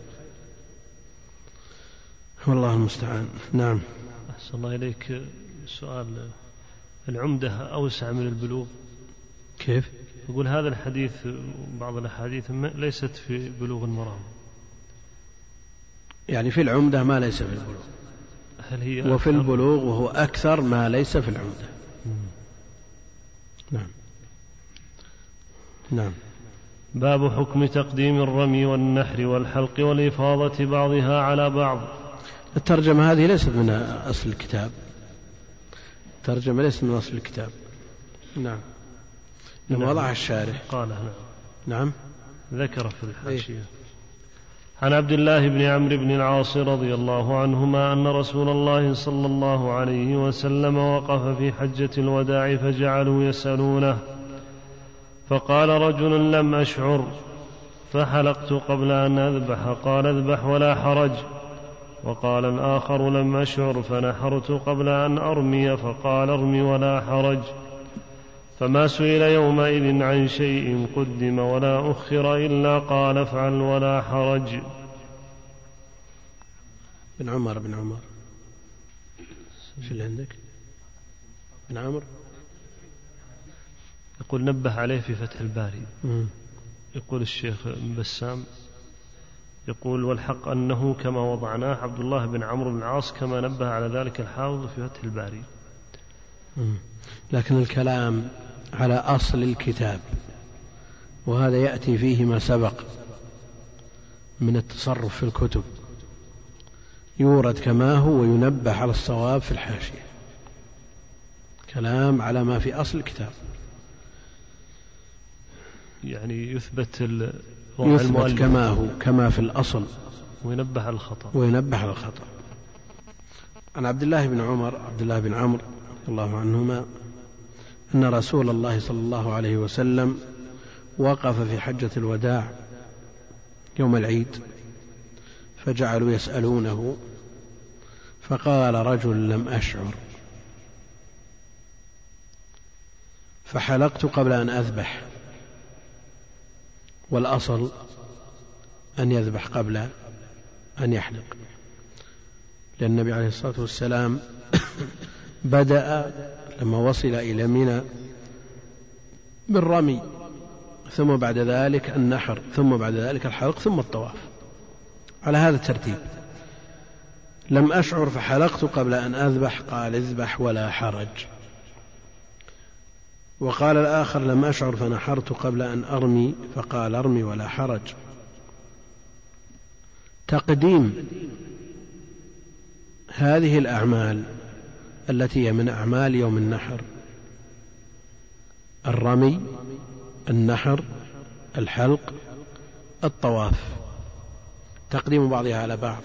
والله المستعان. نعم. أحسن الله إليك. سؤال، العمدة أوسع من البلوغ؟ كيف؟ يقول هذا الحديث بعض الأحاديث ليست في بلوغ المرام، يعني في العمدة ما ليس في البلوغ، هل هي وفي البلوغ وهو أكثر ما ليس في العمدة. نعم. نعم. باب حكم تقديم الرمي والنحر والحلق والإفاضة بعضها على بعض. الترجمة هذه ليست من أصل الكتاب، الترجمة ليست من أصل الكتاب. نعم. لما وضع الشارح قال نعم. نعم، ذكر في الحاشية. إيه؟ عن عبد الله بن عمرو بن العاص رضي الله عنهما أن رسول الله صلى الله عليه وسلم وقف في حجة الوداع فجعلوا يسألونه، فقال رجل لم أشعر فحلقت قبل أن أذبح، قال اذبح ولا حرج. وقال الآخر لم أشعر فنحرت قبل أن أرمي، فقال ارمي ولا حرج. فما سئل يومئذ عن شيء قدم ولا أخر إلا قال افعل ولا حرج. بن عمر بن عمر شو اللي عندك؟ بن عمر يقول نبه عليه في فتح الباري. م. يقول الشيخ بسام يقول والحق أنه كما وضعناه عبد الله بن عمرو بن العاص كما نبه على ذلك الحافظ في فتح الباري. م. لكن الكلام على أصل الكتاب، وهذا يأتي فيه ما سبق من التصرف في الكتب، يورد كما هو وينبه على الصواب في الحاشية. كلام على ما في أصل الكتاب، يعني يثبت يثبت كما هو كما في الأصل، وينبه على الخطأ وينبه على الخطأ. عن عبد الله بن عمر عبد الله بن عمرو رضي الله عنهما أن رسول الله صلى الله عليه وسلم وقف في حجة الوداع يوم العيد فجعلوا يسألونه، فقال رجل لم أشعر فحلقت قبل أن أذبح، والأصل أن يذبح قبل أن يحلق، لأن النبي عليه الصلاة والسلام بدأ لما وصل إلى منى بالرمي، ثم بعد ذلك النحر، ثم بعد ذلك الحلق، ثم الطواف، على هذا الترتيب. لم أشعر فحلقت قبل أن أذبح، قال اذبح ولا حرج. وقال الآخر لم أشعر فنحرت قبل أن أرمي، فقال ارمي ولا حرج. تقديم هذه الأعمال التي هي من أعمال يوم النحر، الرمي، النحر، الحلق، الطواف، تقديم بعضها على بعض.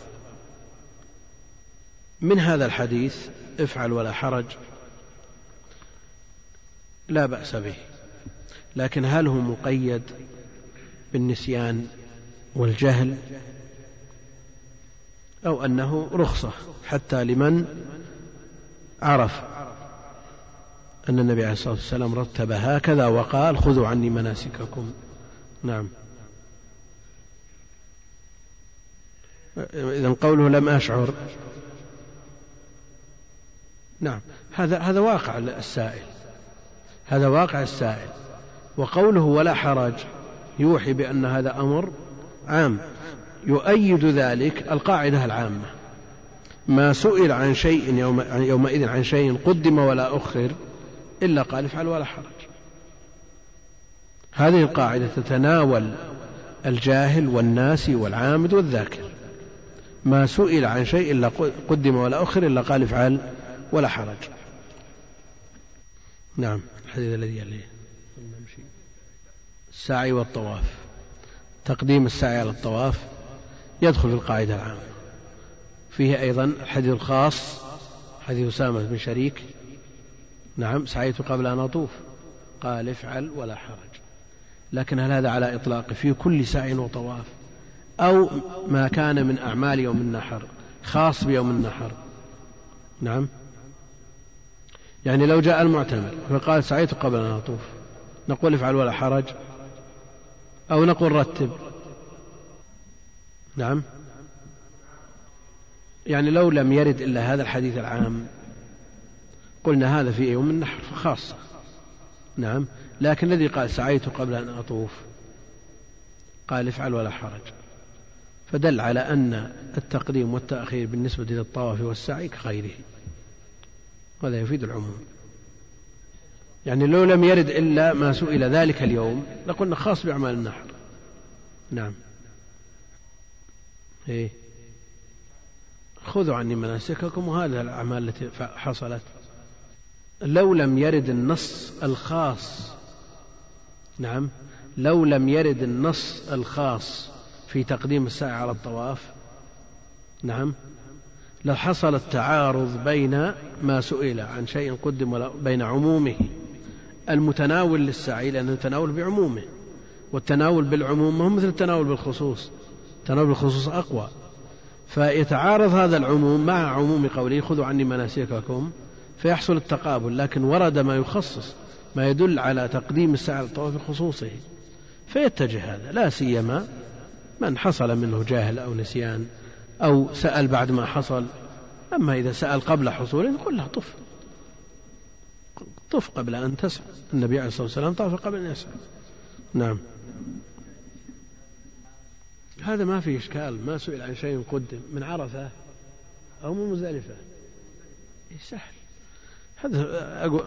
من هذا الحديث افعل ولا حرج لا بأس به، لكن هل هو مقيد بالنسيان والجهل، أو أنه رخصة حتى لمن عرف أن النبي عليه الصلاة والسلام رتب هكذا وقال خذوا عني مناسككم؟ نعم. إذن قوله لم أشعر، نعم، هذا هذا واقع السائل، هذا واقع السائل. وقوله ولا حرج يوحي بأن هذا أمر عام. يؤيد ذلك القاعدة العامة: ما سئل عن شيء يوم يومئذ عن شيء قدم ولا أخر إلا قال افعل ولا حرج. هذه القاعدة تتناول الجاهل والناسي والعامد والذاكر. ما سئل عن شيء إلا قدم ولا أخر إلا قال افعل ولا حرج. نعم. الحديث الذي يليه السعي والطواف، تقديم السعي على الطواف يدخل في القاعدة العامة. فيه أيضا الحديث الخاص، حديث أسامة بن شريك: نعم سعيت قبل أن أطوف، قال افعل ولا حرج. لكن هل هذا على إطلاق في كل سعي وطواف، أو ما كان من أعمال يوم النحر خاص بيوم النحر؟ نعم. يعني لو جاء المعتمر فقال سعيت قبل أن أطوف، نقول افعل ولا حرج، أو نقول رتب؟ نعم. يعني لو لم يرد إلا هذا الحديث العام قلنا هذا في يوم النحر خاصة. نعم. لكن الذي قال سعيت قبل أن أطوف قال افعل ولا حرج، فدل على أن التقديم والتأخير بالنسبة للطواف والسعي كغيره، وهذا يفيد العموم. يعني لو لم يرد إلا ما سئل ذلك اليوم لقلنا خاص بأعمال النحر. نعم. إيه؟ خذوا عني مناسككم، وهذه الأعمال التي حصلت. لو لم يرد النص الخاص، نعم، لو لم يرد النص الخاص في تقديم السعي على الطواف، نعم، لحصل التعارض بين ما سئل عن شيء قدم ولا بين عمومه المتناول للسعي، لأنه يتناول بعمومه، والتناول بالعموم هو مثل التناول بالخصوص، التناول بالخصوص أقوى، فيتعارض هذا العموم مع عموم قوله خذوا عني مناسككم فيحصل التقابل. لكن ورد ما يخصص ما يدل على تقديم السعي على الطواف بخصوصه، فيتجه هذا، لا سيما من حصل منه جاهل أو نسيان أو سأل بعد ما حصل. أما إذا سأل قبل حصوله نقول له طف طف قبل أن تسعى، النبي عليه الصلاة والسلام طاف قبل أن يسعى. نعم. هذا ما فيه إشكال، ما سئل عن شيء قدم من عرفة أو من مزدلفة سهل. هذا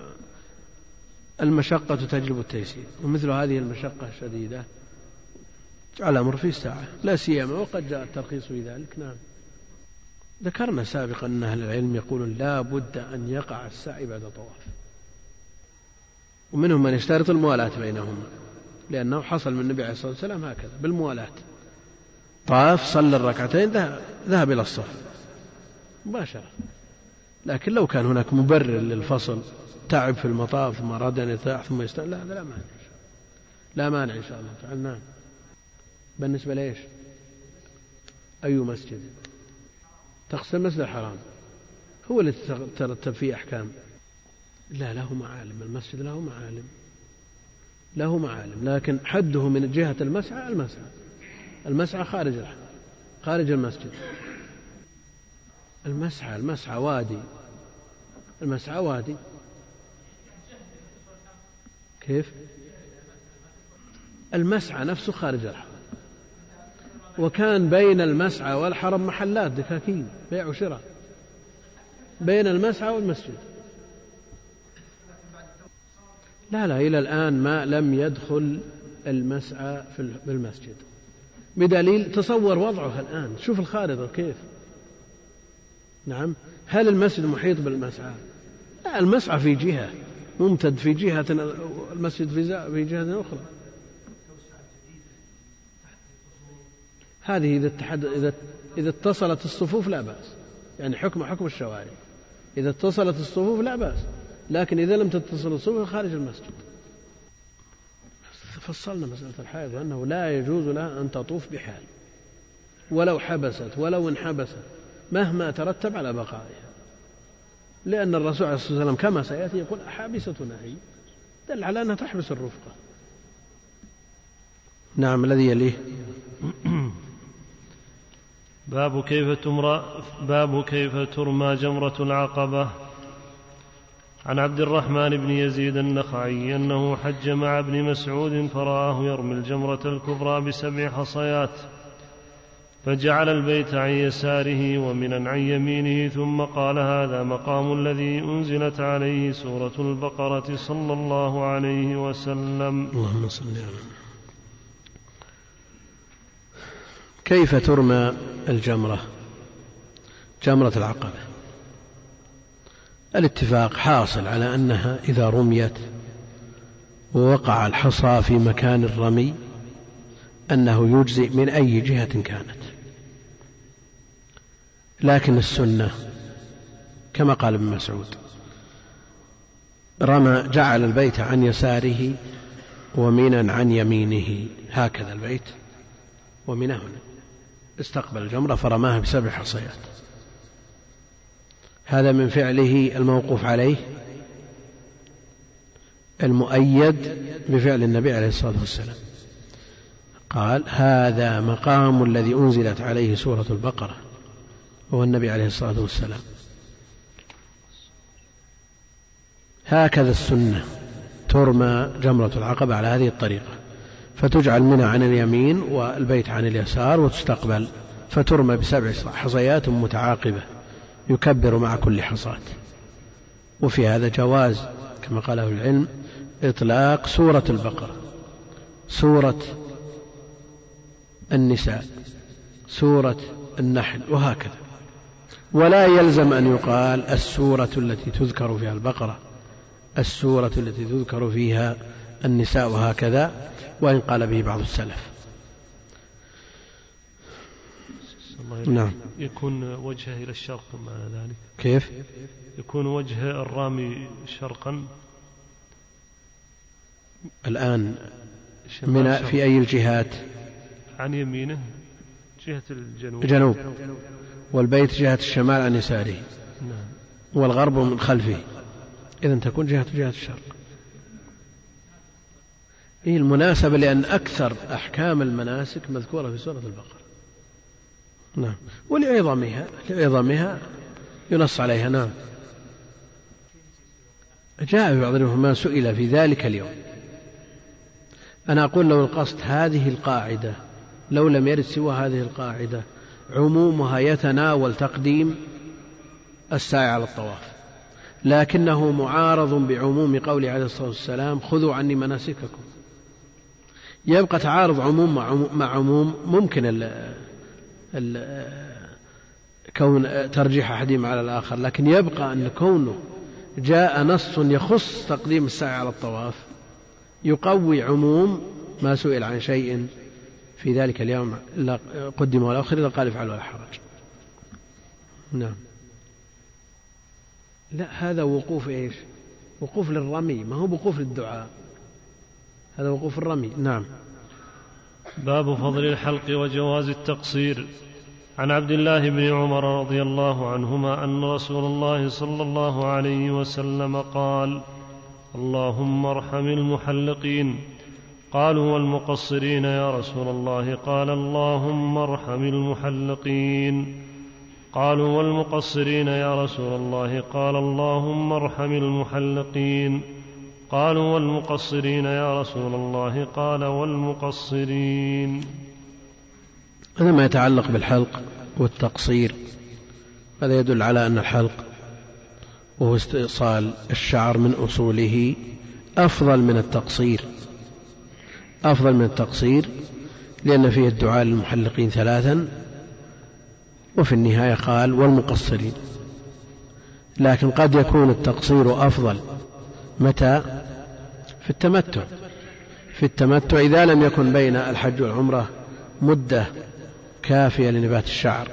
المشقة تجلب التيسير، ومثل هذه المشقة الشديدة على مر في الساعة، لا سيما وقد جاء الترخيص في ذلك. نعم. ذكرنا سابقا أن أهل العلم يقولون لا بد أن يقع السعي بعد طواف، ومنهم من يشترط الموالاة بينهما، لأنه حصل من النبي عليه الصلاة والسلام هكذا بالموالاة، طاف صلى الركعتين ذهب إلى الصف مباشرة. لكن لو كان هناك مبرر للفصل، تعب في المطاف ثم أراد أن يرتاح ثم يستنى، لا هذا لا مانع، لا مانع إن شاء الله تعالى. نعم. بالنسبة ليش؟ أي مسجد؟ تقصد المسجد الحرام هو الذي ترتب فيه أحكام؟ لا، له معالم، المسجد له معالم، له معالم، لكن حده من جهة المسعى المسعى المسعى خارج خارج المسجد. المسعى المسعى وادي المسعى وادي. كيف؟ المسعى نفسه خارج الحرم، وكان بين المسعى والحرم محلات دكاكين بيع وشراء بين المسعى والمسجد. لا لا إلى الآن ما لم يدخل المسعى في المسجد، بدليل تصور وضعه الآن، شوف الخارطة كيف. نعم، هل المسجد محيط بالمسعى؟ لا، المسعى في جهة ممتد في جهة، المسجد في جهة أخرى. هذه إذا اتحد إذا إذا اتصلت الصفوف لا بأس، يعني حكم حكم الشوارع، إذا اتصلت الصفوف لا بأس، لكن إذا لم تتصل الصفوف خارج المسجد. فصلنا مسألة الحائض أنه لا يجوز لها أن تطوف بحال، ولو حبست ولو انحبست مهما ترتب على بقائها، لأن الرسول عليه الصلاة والسلام كما سيأتي يقول حابستنا هي، دل على أنها تحبس الرفقة. نعم. الذي يليه باب كيف تمرى باب كيف ترمى جمرة العقبة. عن عبد الرحمن بن يزيد النخعي أنه حج مع ابن مسعود فرآه يرمي الجمرة الكبرى بسبع حصيات، فجعل البيت عن يساره ومنا عن يمينه، ثم قال هذا مقام الذي أنزلت عليه سورة البقرة صلى الله عليه وسلم. اللهم صل على محمد. كيف ترمى الجمرة جمرة العقبة؟ الاتفاق حاصل على أنها إذا رميت ووقع الحصى في مكان الرمي أنه يجزئ من أي جهة كانت، لكن السنة كما قال ابن مسعود رمى جعل البيت عن يساره ومنا عن يمينه، هكذا البيت ومنى هنا، استقبل الجمرة فرماها بسبع حصيات. هذا من فعله الموقوف عليه المؤيد بفعل النبي عليه الصلاة والسلام. قال هذا مقام الذي أنزلت عليه سورة البقرة، وهو النبي عليه الصلاة والسلام. هكذا السنة ترمى جمرة العقبة على هذه الطريقة، فتجعل منى عن اليمين والبيت عن اليسار وتستقبل، فترمى بسبع حصيات متعاقبة يكبر مع كل حصاة. وفي هذا جواز كما قاله العلم إطلاق سورة البقرة، سورة النساء، سورة النحل، وهكذا، ولا يلزم أن يقال السورة التي تذكر فيها البقرة، السورة التي تذكر فيها النساء، وهكذا، وإن قال به بعض السلف. نعم. يكون وجهه إلى الشرق مع ذلك. كيف؟ يكون وجه الرامي شرقا الآن من في أي الجهات؟ عن يمينه جهة الجنوب، جنوب، والبيت جهة الشمال عن يساره، نعم، والغرب من خلفه، إذن تكون جهة جهة الشرق. هي المناسبة لأن أكثر أحكام المناسك مذكورة في سورة البقرة. نعم. ولعظمها لعظمها ينص عليها. نعم. جاء في بعض ما سئل في ذلك اليوم. أنا أقول لو القصد هذه القاعدة، لو لم يرد سوى هذه القاعدة عمومها يتناول تقديم السعي على الطواف، لكنه معارض بعموم قوله عليه الصلاة والسلام خذوا عني مناسككم. يبقى تعارض عموم مع عموم، ممكن ال ال كون ترجيح أحدهما على الآخر، لكن يبقى أن كونه جاء نص يخص تقديم السعي على الطواف يقوي عموم ما سئل عن شيء في ذلك اليوم إلا قدم ولا أخر إذا قال افعل ولا حرج. نعم. لا، هذا وقوف إيش؟ وقوف للرمي، ما هو وقوف للدعاء، هذا وقوف الرمي. نعم. باب فضل الحلق وجواز التقصير. عن عبد الله بن عمر رضي الله عنهما أن رسول الله صلى الله عليه وسلم قال اللهم ارحم المحلقين. قالوا والمقصرين يا رسول الله؟ قال اللهم ارحم المحلقين. قالوا والمقصرين يا رسول الله؟ قال اللهم ارحم المحلقين. قالوا والمقصرين يا رسول الله؟ قال والمقصرين. هذا ما يتعلق بالحلق والتقصير، هذا يدل على أن الحلق وهو استئصال الشعر من أصوله أفضل من التقصير، أفضل من التقصير لأن فيه الدعاء للمحلقين ثلاثا، وفي النهاية قال والمقصرين. لكن قد يكون التقصير أفضل متى؟ في التمتع، في التمتع إذا لم يكن بين الحج والعمرة مدة كافية لنبات الشعر.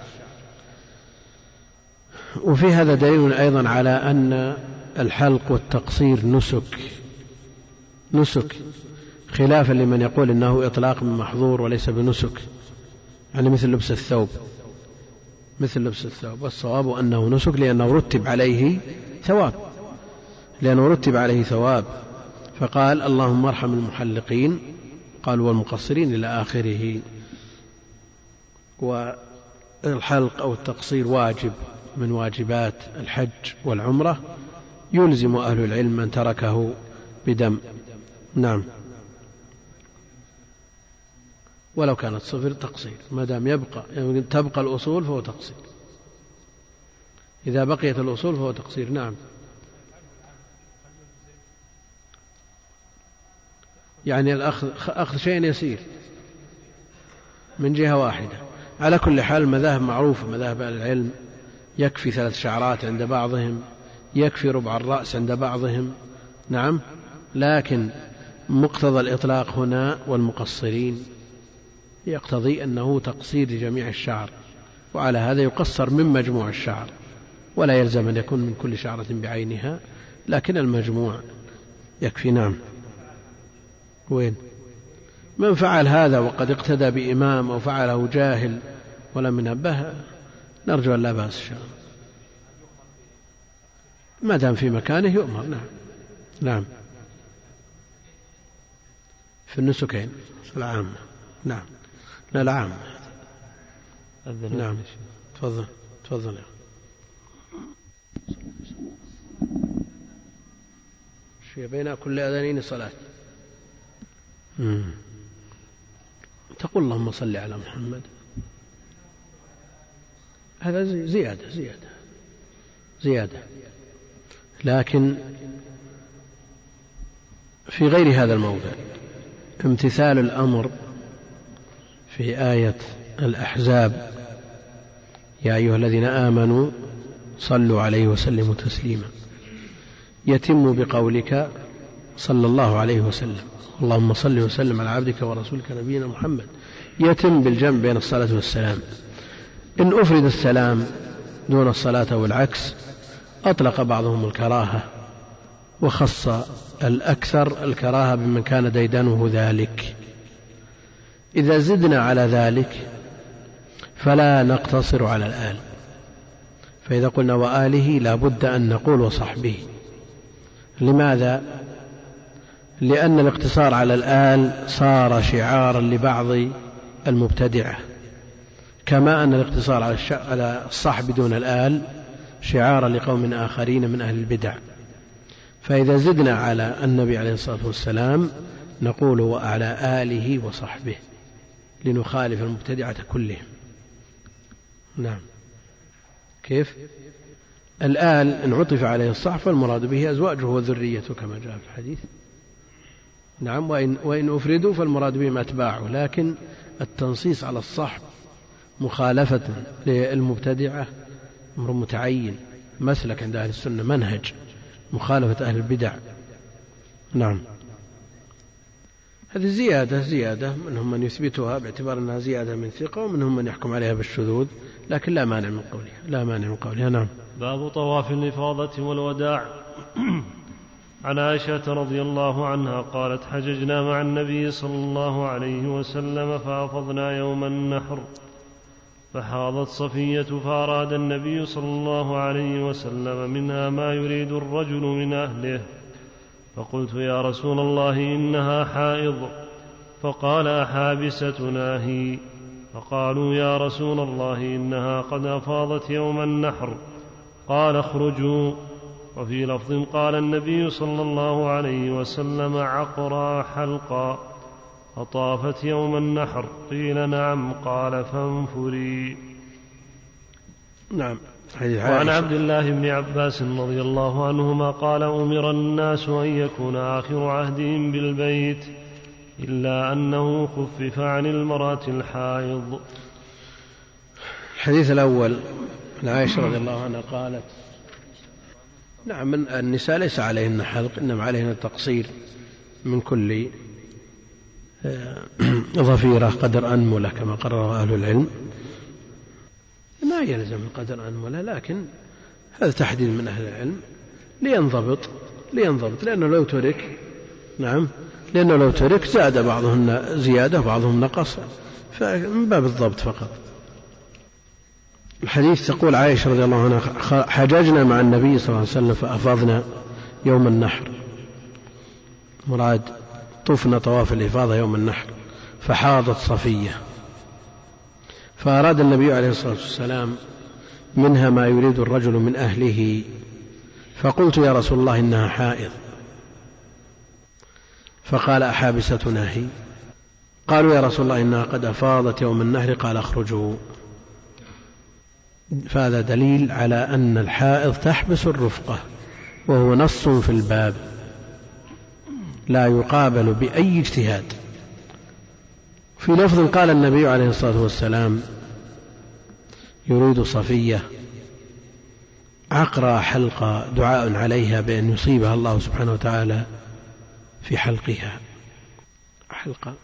وفي هذا دليل أيضا على أن الحلق والتقصير نسك، نسك خلافا لمن يقول إنه إطلاق من محظور وليس بنسك، يعني مثل لبس الثوب، مثل لبس الثوب. والصواب أنه نسك لأنه رتب عليه ثواب، لأنه رتب عليه ثواب، فقال اللهم ارحم المحلقين، قال والمقصرين إلى آخره. والحلق أو التقصير واجب من واجبات الحج والعمرة، يلزم أهل العلم من تركه بدم. نعم، ولو كانت صفر تقصير، ما دام يبقى يعني تبقى الأصول فهو تقصير، إذا بقيت الأصول فهو تقصير. نعم، يعني الأخذ أخذ شيء يسير من جهة واحدة. على كل حال المذاهب معروفة، مذاهب أهل العلم، يكفي ثلاث شعرات عند بعضهم، يكفي ربع الرأس عند بعضهم. نعم، لكن مقتضى الإطلاق هنا والمقصرين يقتضي أنه تقصير لجميع الشعر، وعلى هذا يقصر من مجموع الشعر، ولا يلزم أن يكون من كل شعرة بعينها، لكن المجموع يكفي. نعم، وين من فعل هذا وقد اقتدى بإمام أو فعله جاهل ولم ينبه، نرجو أن لا بأس إن شاء الله، ما دام في مكانه يؤمر. نعم، نعم، في النسكين في العامة. نعم، لا العامة. نعم، تفضل تفضل. شيء بين كل أذانين صلاة. مم. تقول اللهم صل على محمد، هذا زيادة زيادة زيادة، لكن في غير هذا الموضع امتثال الأمر في آية الأحزاب يا أيها الذين آمنوا صلوا عليه وسلموا تسليما، يتم بقولك صلى الله عليه وسلم، اللهم صل وسلم على عبدك ورسولك نبينا محمد، يتم بالجمع بين الصلاة والسلام. إن أفرد السلام دون الصلاة والعكس أطلق بعضهم الكراهة، وخص الأكثر الكراهة بمن كان ديدنه ذلك. إذا زدنا على ذلك فلا نقتصر على الآل، فإذا قلنا وآله لا بد أن نقول وصحبه. لماذا؟ لأن الاقتصار على الآل صار شعارا لبعض المبتدعة، كما أن الاقتصار على الصحب دون الآل شعارا لقوم آخرين من أهل البدع. فإذا زدنا على النبي عليه الصلاة والسلام نقول وعلى آله وصحبه لنخالف المبتدعة كلهم. نعم، كيف؟ الآل إن عطف عليه الصحب فالمراد به أزواجه وذريته كما جاء في الحديث. نعم، وإن, وإن أفردوا فالمراد بهم أتباعه، لكن التنصيص على الصحب مخالفة للمبتدعة أمر متعين، مسلك عند أهل السنة، منهج مخالفة أهل البدع. نعم، هذه زيادة زيادة منهم من يثبتها باعتبار أنها زيادة من ثقة، ومنهم من يحكم عليها بالشذوذ، لكن لا مانع من قولها، لا مانع من قولها. نعم. باب طواف الإفاضة والوداع. عن عائشة رضي الله عنها قالت حججنا مع النبي صلى الله عليه وسلم فأفضنا يوم النحر، فحاضت صفية فأراد النبي صلى الله عليه وسلم منها ما يريد الرجل من أهله، فقلت يا رسول الله إنها حائض، فقال أحابستنا هي؟ فقالوا يا رسول الله إنها قد أفاضت يوم النحر. قال اخرجوا. وفي لفظ قال النبي صلى الله عليه وسلم عقرا حلقا أطافت يوم النحر. قيل نعم. قال فانفري. نعم. وعن عبد الله بن عباس رضي الله عنهما قال أمر الناس أن يكون آخر عهدهم بالبيت إلا أنه خفف عن المرأة الحائض. الحديث الأول عن عائشة رضي الله عنها قالت نعم النساء ليس عليهن حلق إنما عليهن التقصير من كل ظفيرة قدر أنملة كما قرر أهل العلم. ما يلزم القدر أنملة لكن هذا تحديد من أهل العلم لينضبط لينضبط لأنه لو ترك نعم لأنه لو ترك زاد بعضهن زيادة بعضهم نقص فمن باب الضبط فقط. الحديث تقول عائشة رضي الله عنها حججنا مع النبي صلى الله عليه وسلم فأفضنا يوم النحر. مراد طفنا طواف الإفاضة يوم النحر فحاضت صفية فأراد النبي عليه الصلاة والسلام منها ما يريد الرجل من أهله فقلت يا رسول الله إنها حائض. فقال أحابستنا هي؟ قالوا يا رسول الله إنها قد أفاضت يوم النحر. قال اخرجوا. فهذا دليل على أن الحائض تحبس الرفقة وهو نص في الباب لا يقابل بأي اجتهاد. في لفظ قال النبي عليه الصلاة والسلام يريد صفية عقرى حلقة دعاء عليها بأن يصيبها الله سبحانه وتعالى في حلقها حلقة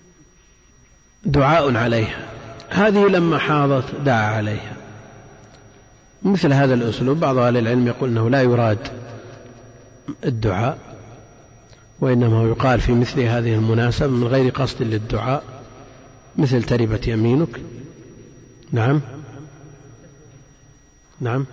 دعاء عليها. هذه لما حاضت دعا عليها. مثل هذا الأسلوب بعض أهل العلم يقول أنه لا يراد الدعاء وإنما يقال في مثل هذه المناسبة من غير قصد للدعاء مثل تربت يمينك. نعم نعم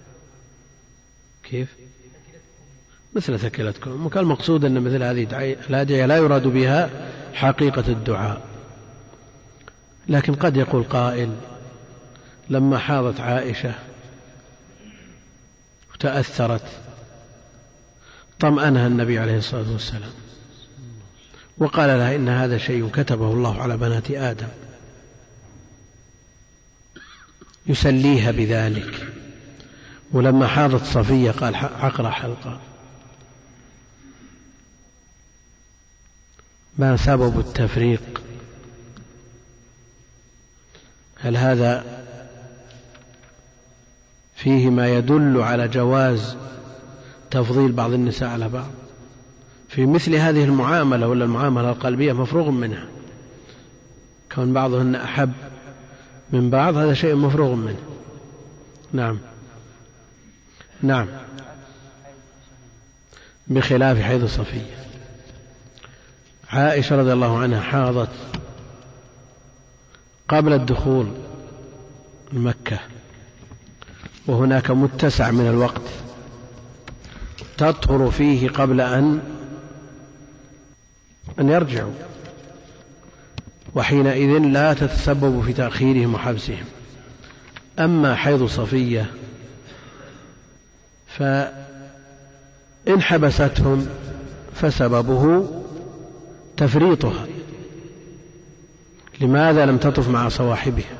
كيف مثل ثكلتكم. وكان المقصود أن مثل هذه الأدعية لا يراد بها حقيقة الدعاء. لكن قد يقول قائل لما حاضت عائشة وتأثرت طمأنها النبي عليه الصلاة والسلام وقال لها إن هذا شيء كتبه الله على بنات آدم يسليها بذلك. ولما حاضت صفية قال عقرى حلقة. ما سبب التفريق؟ هل هذا فيه ما يدل على جواز تفضيل بعض النساء على بعض في مثل هذه المعاملة ولا المعاملة القلبية مفروغ منها؟ كون بعضهن أحب من بعض هذا شيء مفروغ منه. نعم نعم بخلاف حيض صفية. عائشة رضي الله عنها حاضت قبل الدخول مكة وهناك متسع من الوقت تطهر فيه قبل أن أن يرجعوا وحينئذ لا تتسبب في تأخيرهم وحبسهم. أما حيض صفية فإن حبستهم فسببه تفريطها. لماذا لم تطف مع صواحبها؟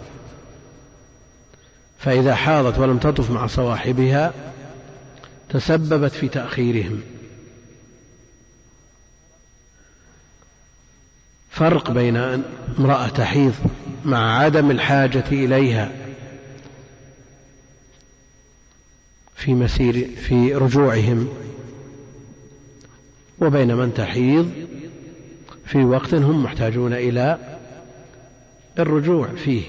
فإذا حاضت ولم تطف مع صواحبها تسببت في تأخيرهم. فرق بين امرأة تحيض مع عدم الحاجة إليها في مسير في رجوعهم وبين من تحيض في وقت هم محتاجون إلى الرجوع فيه.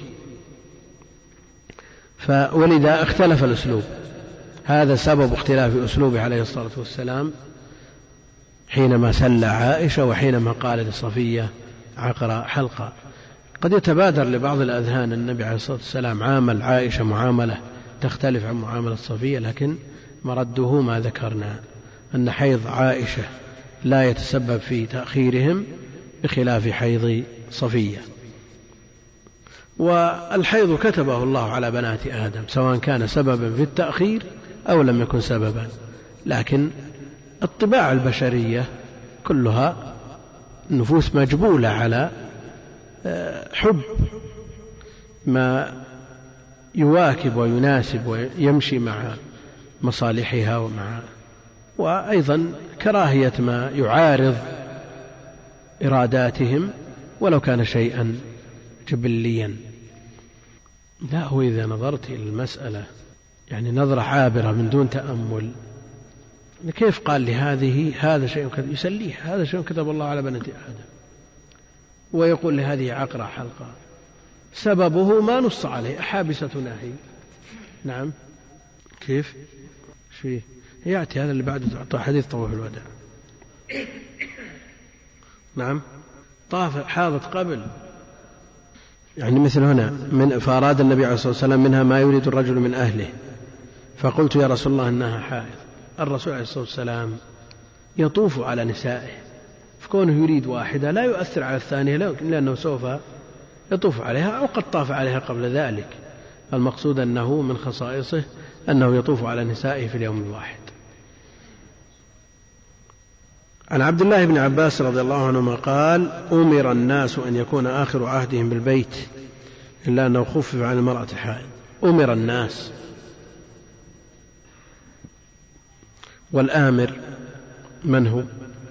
ولذا اختلف الأسلوب. هذا سبب اختلاف أسلوبه عليه الصلاة والسلام حينما سلى عائشة وحينما قال لصفية عقرى حلقة. قد يتبادر لبعض الأذهان النبي عليه الصلاة والسلام عامل عائشة معاملة تختلف عن معاملة صفية، لكن مرده ما ذكرنا أن حيض عائشة لا يتسبب في تأخيرهم بخلاف حيض صفية. والحيض كتبه الله على بنات آدم سواء كان سببا في التأخير أو لم يكن سببا، لكن الطباع البشرية كلها نفوس مجبولة على حب ما يواكب ويناسب ويمشي مع مصالحها ومع وأيضا كراهية ما يعارض إراداتهم ولو كان شيئا جبليا. لا، هو إذا نظرت إلى المسألة يعني نظرة عابرة من دون تأمل، كيف قال لهذه هذا شيء يسليه، هذا شيء كتب الله على بنات آدم، ويقول لهذه عقرة حلقة، سببه ما نص عليه أحابسة ناهي. نعم، كيف فيه يأتي هذا اللي بعده تعطى حديث طواف الوداع. نعم، طاف حاضت قبل، يعني مثل هنا من فأراد النبي عليه الصلاة والسلام منها ما يريد الرجل من أهله، فقلت يا رسول الله إنها حائض. الرسول عليه الصلاة والسلام يطوف على نسائه، فكونه يريد واحدة لا يؤثر على الثانية لأنه سوف يطوف عليها أو قد طاف عليها قبل ذلك. المقصود أنه من خصائصه أنه يطوف على نسائه في اليوم الواحد. عن عبد الله بن عباس رضي الله عنهما قال: أمر الناس أن يكون آخر عهدهم بالبيت إلا أنه خفف عن المرأة حائض. أمر الناس، والآمر من هو؟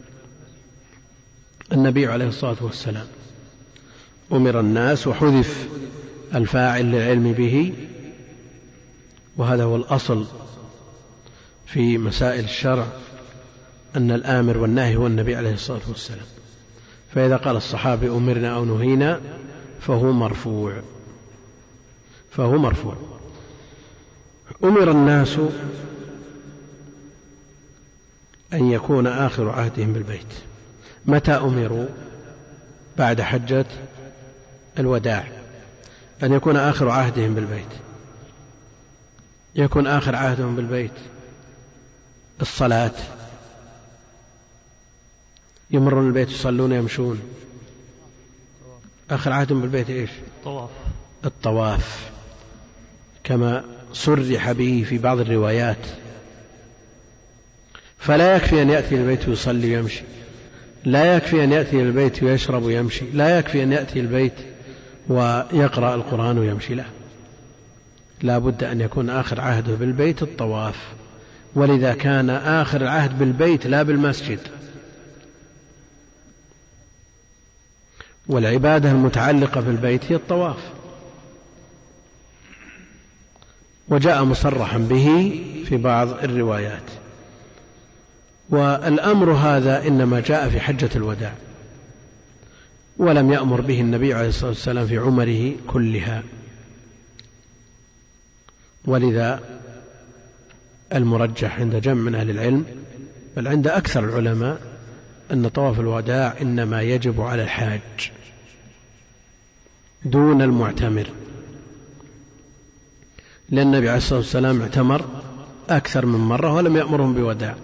النبي عليه الصلاة والسلام. أمر الناس وحذف الفاعل للعلم به، وهذا هو الأصل في مسائل الشرع، أن الآمر والناهي هو النبي عليه الصلاة والسلام. فإذا قال الصحابي أمرنا أو نهينا فهو مرفوع فهو مرفوع. أمر الناس أن يكون آخر عهدهم بالبيت. متى أمروا؟ بعد حجة الوداع، أن يكون آخر عهدهم بالبيت. يكون آخر عهدهم بالبيت الصلاة، يمرون البيت يصلون يمشون. آخر عهدهم بالبيت إيش؟ الطواف. الطواف كما صرح به في بعض الروايات. فلا يكفي أن يأتي البيت ويصلي ويمشي، لا يكفي أن يأتي البيت ويشرب ويمشي، لا يكفي أن يأتي البيت ويقرأ القرآن ويمشي، لا لا بد أن يكون آخر عهده بالبيت الطواف. ولذا كان آخر العهد بالبيت لا بالمسجد. والعبادة المتعلقة بالبيت هي الطواف، وجاء مصرحا به في بعض الروايات. والأمر هذا إنما جاء في حجة الوداع، ولم يأمر به النبي عليه الصلاة والسلام في عمره كلها. ولذا المرجح عند جمع من أهل العلم، بل عند أكثر العلماء، أن طواف الوداع إنما يجب على الحاج دون المعتمر، لأن النبي عليه الصلاة والسلام اعتمر أكثر من مرة ولم يأمرهم بوداع،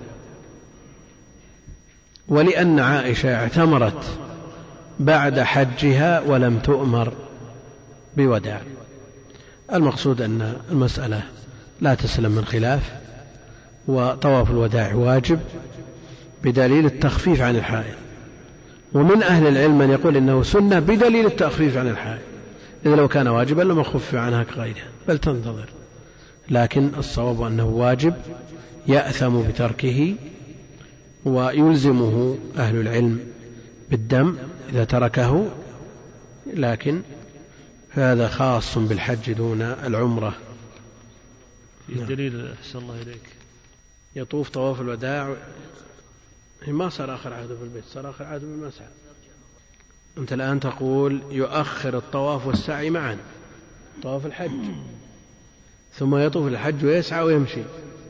ولأن عائشة اعتمرت بعد حجها ولم تؤمر بوداع. المقصود أن المسألة لا تسلم من خلاف، وطواف الوداع واجب بدليل التخفيف عن الحائض. ومن أهل العلم من يقول إنه سنة بدليل التخفيف عن الحائض، إذا لو كان واجبا لما خفف عنها كغيرها، بل تنتظر. لكن الصواب أنه واجب يأثم بتركه، ويلزمه أهل العلم بالدم إذا تركه، لكن هذا خاص بالحج دون العمرة. الدليل أحسن الله إليك، يطوف طواف الوداع ما صار آخر عهده بالبيت، صار آخر عهده بالمسعى. أنت الآن تقول يؤخر الطواف والسعي معا، طواف الحج ثم يطوف الحج ويسعى ويمشي.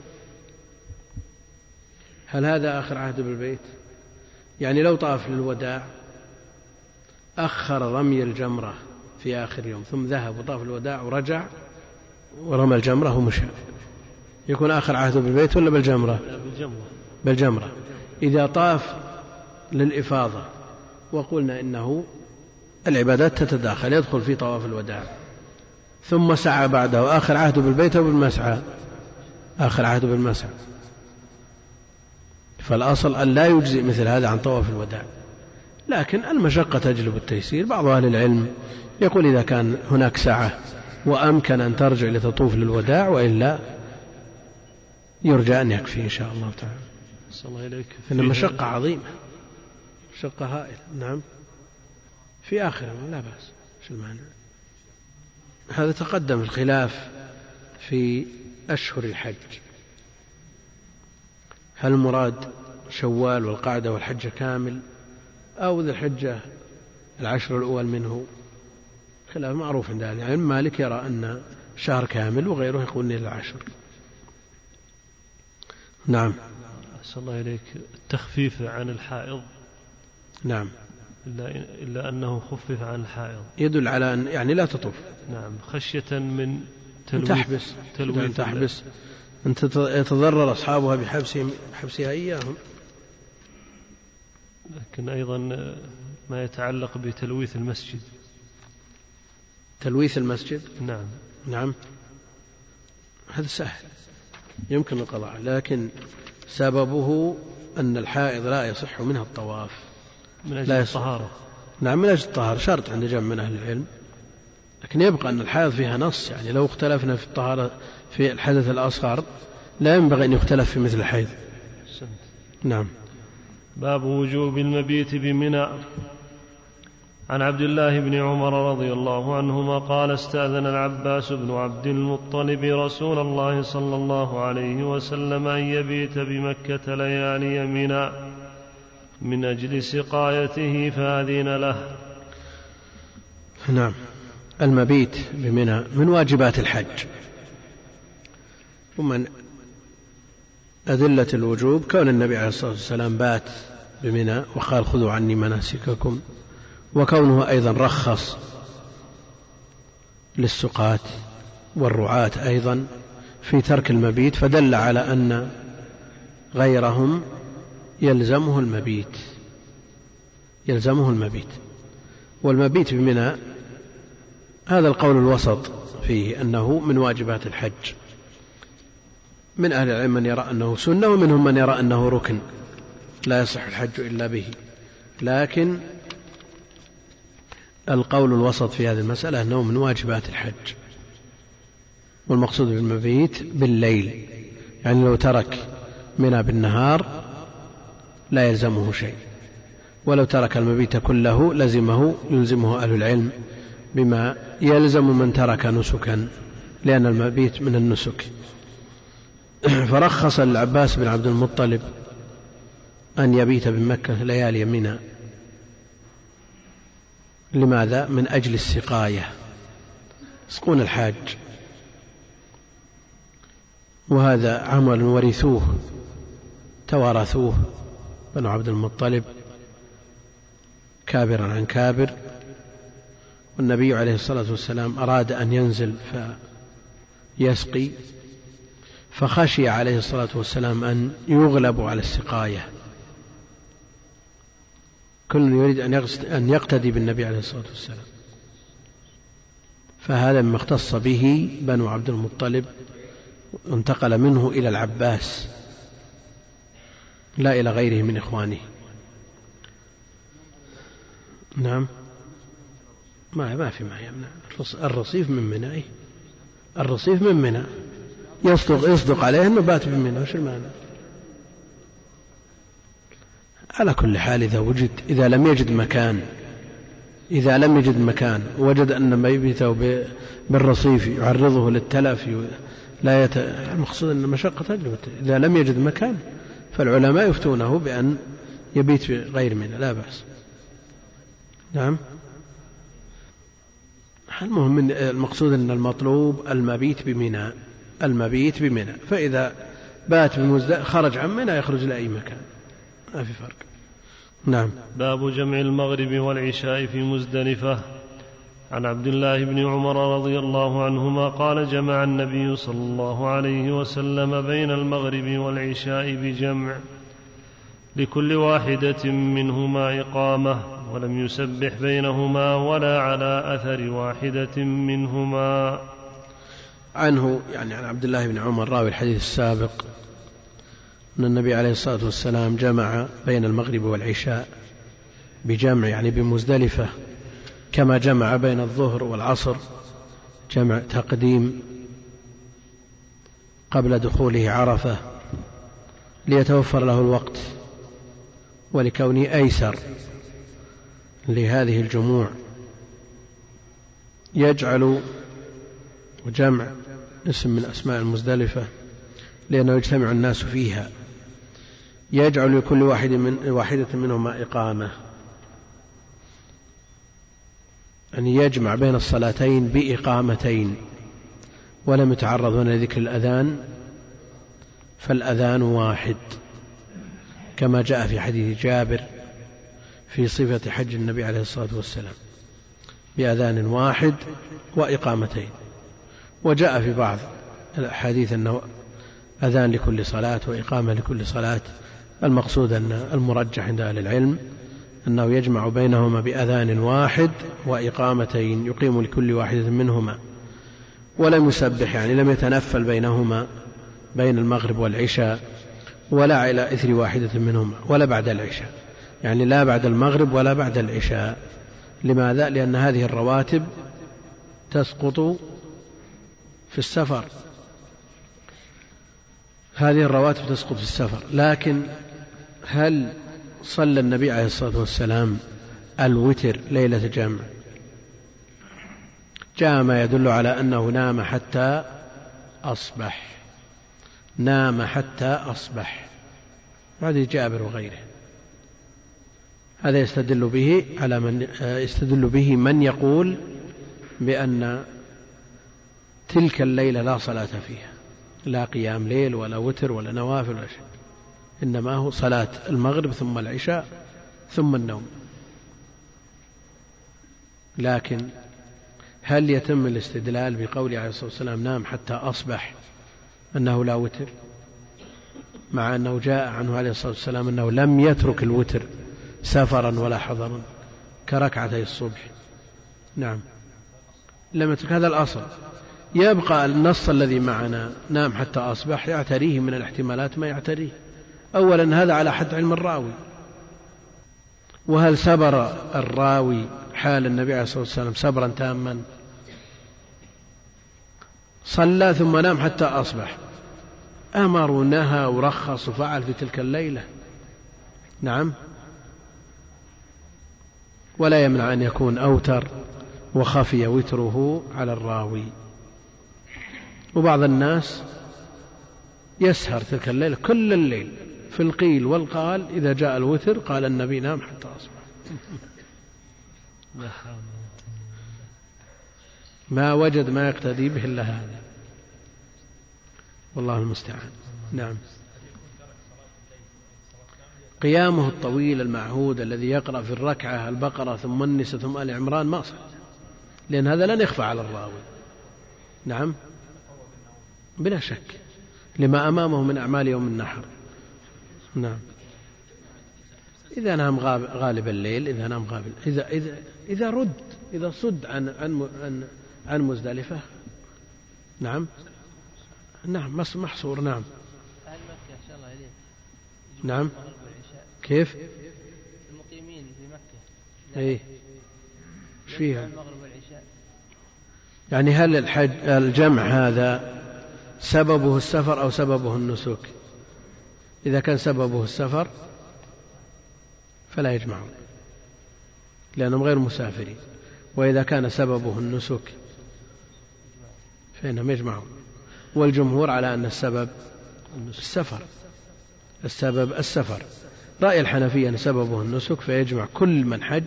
هل هذا آخر عهده بالبيت؟ يعني لو طاف للوداع أخر رمي الجمرة في آخر يوم، ثم ذهب وطاف الوداع ورجع ورمى الجمرة ومشى، يكون آخر عهده بالبيت ولا بالجمرة؟ بالجمرة. بالجمرة. إذا طاف للإفاضة وقلنا إنه العبادات تتداخل، يدخل في طواف الوداع ثم سعى بعده، آخر عهده بالبيت أو بالمسعى؟ آخر عهده بالمسعى. فالأصل أن لا يجزئ مثل هذا عن طواف الوداع، لكن المشقة تجلب التيسير. بعض أهل العلم يقول إذا كان هناك سعة وأمكن أن ترجع لتطوف للوداع، وإلا يرجى أن يكفي إن شاء الله تعالى. الله إليك. إن المشقة عظيمة، مشقة هائلة. نعم، في آخر لا بأس، شو المعنى؟ هذا تقدم الخلاف في أشهر الحج، هل المراد شوال والقعدة والحج كامل أو ذي الحجة العشر الأول منه؟ خلاف معروف عند أهل العلم. مالك يرى أن شهر كامل، وغيره يقول إلى العشر. نعم. أحسن الله إليك. التخفيف عن الحائض. نعم. إلا, إلا أنه خفف عن الحائض يدل على أن يعني لا تطوف. نعم، خشية من تلويث تحبس تلويث تحبس أن يتضرر أصحابها بحبسهم بحبسها إياهم. لكن أيضا ما يتعلق بتلويث المسجد. تلويث المسجد. نعم. نعم، هذا سهل يمكن القضاء، لكن سببه أن الحائض لا يصح منها الطواف من أجل الطهارة. نعم، من أجل الطهارة، شرط عند جمع من أهل العلم. لكن يبقى أن الحائض فيها نص، يعني لو اختلفنا في الطهارة في الحدث الأصغر لا ينبغي أن يختلف في مثل الحيض. نعم. باب وجوب المبيت بمنى. عن عبد الله بن عمر رضي الله عنهما قال استأذن العباس بن عبد المطلب رسول الله صلى الله عليه وسلم أن يبيت بمكة ليالي منى من أجل سقايته فأذن له. نعم. المبيت بمنى من واجبات الحج، ومن أدلة الوجوب كون النبي عليه الصلاة والسلام بات بمنى وقال خذوا عني مناسككم، وكونه أيضا رخص للسقاة والرعاة أيضا في ترك المبيت، فدل على أن غيرهم يلزمه المبيت يلزمه المبيت والمبيت بمنى هذا القول الوسط فيه أنه من واجبات الحج. من أهل العلم من يرى أنه سنة، ومنهم من يرى أنه ركن لا يصح الحج إلا به، لكن القول الوسط في هذه المسألة أنه من واجبات الحج. والمقصود بالمبيت بالليل، يعني لو ترك منى بالنهار لا يلزمه شيء، ولو ترك المبيت كله لزمه يلزمه أهل العلم بما يلزم من ترك نسكا، لأن المبيت من النسك. فرخص العباس بن عبد المطلب أن يبيت بمكة ليالي منى. لماذا؟ من أجل السقاية، يسقون الحاج، وهذا عمل ورثوه توارثوه بنو عبد المطلب كابرا عن كابر. والنبي عليه الصلاة والسلام أراد أن ينزل فيسقي، فخشي عليه الصلاة والسلام أن يغلبوا على السقاية، كل يريد أن يقتدي بالنبي عليه الصلاة والسلام، فهذا مما اختص به بنو عبد المطلب، انتقل منه إلى العباس لا إلى غيره من إخوانه. نعم، ما ما في ما يمنع. الرصيف من منى، الرصيف من منى يصدق يصدق عليه أنه بات بمنى، وش المعنى؟ على كل حال إذا وجد إذا لم يجد مكان إذا لم يجد مكان وجد أن ما يبيته بالرصيف يعرضه للتلف لا يت... المقصود أن مشقة تجلب. إذا لم يجد مكان فالعلماء يفتونه بأن يبيت في غير منى لا بأس. نعم. المهم من المقصود أن المطلوب المبيت بمنى المبيت بمنى فإذا بات بمزدلفة خرج عن منى يخرج لأي مكان، ما في فرق. نعم. باب جمع المغرب والعشاء في مزدلفة. عن عبد الله بن عمر رضي الله عنهما قال جمع النبي صلى الله عليه وسلم بين المغرب والعشاء بجمع لكل واحدة منهما إقامة، ولم يسبح بينهما ولا على أثر واحدة منهما. عنه يعني عن عبد الله بن عمر راوي الحديث السابق أن النبي عليه الصلاة والسلام جمع بين المغرب والعشاء بجمع يعني بمزدلفة كما جمع بين الظهر والعصر جمع تقديم قبل دخوله عرفة ليتوفر له الوقت ولكونه أيسر لهذه الجموع. يجعل جمع اسم من أسماء المزدلفة لأنه يجتمع الناس فيها، يجعل لكل واحد من واحدة منهما إقامة، أن يجمع بين الصلاتين بإقامتين، ولم يتعرض هنا لذكر الأذان، فالأذان واحد كما جاء في حديث جابر في صفة حج النبي عليه الصلاة والسلام بأذان واحد وإقامتين. وجاء في بعض الحديث أنه أذان لكل صلاة وإقامة لكل صلاة. المقصود أن المرجح عند أهل العلم أنه يجمع بينهما بأذان واحد وإقامتين يقيم لكل واحدة منهما، ولم يسبح يعني لم يتنفل بينهما بين المغرب والعشاء ولا على إثر واحدة منهما ولا بعد العشاء، يعني لا بعد المغرب ولا بعد العشاء. لماذا؟ لأن هذه الرواتب تسقط في السفر، هذه الرواتب تسقط في السفر. لكن هل صلى النبي عليه الصلاة والسلام الوتر ليلة جمع؟ جاء ما يدل على أنه نام حتى أصبح، نام حتى أصبح، هذه جابر وغيره. هذا يستدل به على من يستدل به من يقول بأن تلك الليلة لا صلاة فيها، لا قيام ليل ولا وتر ولا نوافل ولا شيء، إنما هو صلاة المغرب ثم العشاء ثم النوم. لكن هل يتم الاستدلال بقول عليه الصلاة والسلام نام حتى أصبح أنه لا وتر، مع أنه جاء عنه عليه الصلاة والسلام أنه لم يترك الوتر سفرا ولا حضرا كركعتي الصبح؟ نعم لم يترك، هذا الأصل. يبقى النص الذي معنا نام حتى أصبح يعتريه من الاحتمالات ما يعتريه. أولا هذا على حد علم الراوي، وهل سبر الراوي حال النبي عليه الصلاة والسلام سبرا تاما؟ صلى ثم نام حتى أصبح، أمر ونهى ورخص وفعل في تلك الليلة. نعم، ولا يمنع أن يكون أوتر وخفي وتره على الراوي. وبعض الناس يسهر تلك الليلة كل الليل في القيل والقال، إذا جاء الوتر قال النبي نام حتى أصبح. ما وجد ما يقتدي به إلا هذا، والله المستعان. نعم، قيامه الطويل المعهود الذي يقرأ في الركعة البقرة ثم النساء ثم آل عمران ما صح، لأن هذا لن يخفى على الراوي. نعم بلا شك لما أمامه من أعمال يوم النحر. نعم، إذا نام غالب الليل، إذا نام غالب إذا إذا إذا رد إذا صد عن عن عن, عن مزدلفة. نعم نعم محصور. نعم نعم كيف المقيمين في مكة ايه فيها يعني هل الحج الجمع هذا سببه السفر أو سببه النسك؟ إذا كان سببه السفر فلا يجمعون لأنهم غير مسافرين، وإذا كان سببه النسك فإنهم يجمعون. والجمهور على أن السبب السفر، السبب السفر. رأي الحنفية أن سببه النسك فيجمع كل من حج،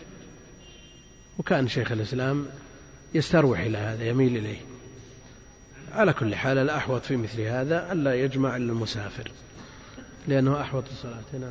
وكان شيخ الإسلام يستروح إلى هذا يميل إليه. على كل حال الأحوط في مثل هذا ألا يجمع إلا المسافر لأنه أحوط الصلاة. نعم.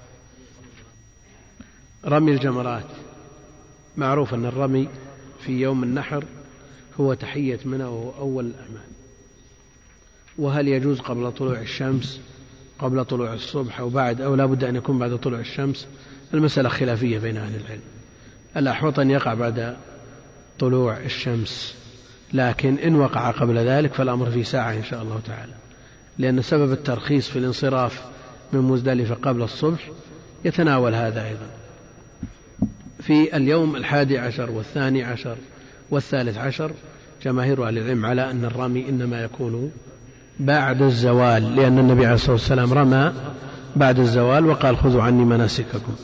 رمي الجمرات، معروف أن الرمي في يوم النحر هو تحية منى وهو أول الأعمال. وهل يجوز قبل طلوع الشمس قبل طلوع الصبح أو بعد، أو لا بد أن يكون بعد طلوع الشمس؟ المسألة خلافية بين أهل العلم. الأحوط أن يقع بعد طلوع الشمس لكن إن وقع قبل ذلك فالأمر في ساعة إن شاء الله تعالى، لأن سبب الترخيص في الانصراف من مزدلفة قبل الصبح يتناول هذا أيضا. في اليوم الحادي عشر والثاني عشر والثالث عشر جماهير أهل العلم على أن الرمي إنما يكون بعد الزوال، لأن النبي عليه الصلاة والسلام رمى بعد الزوال وقال خذوا عني مناسككم،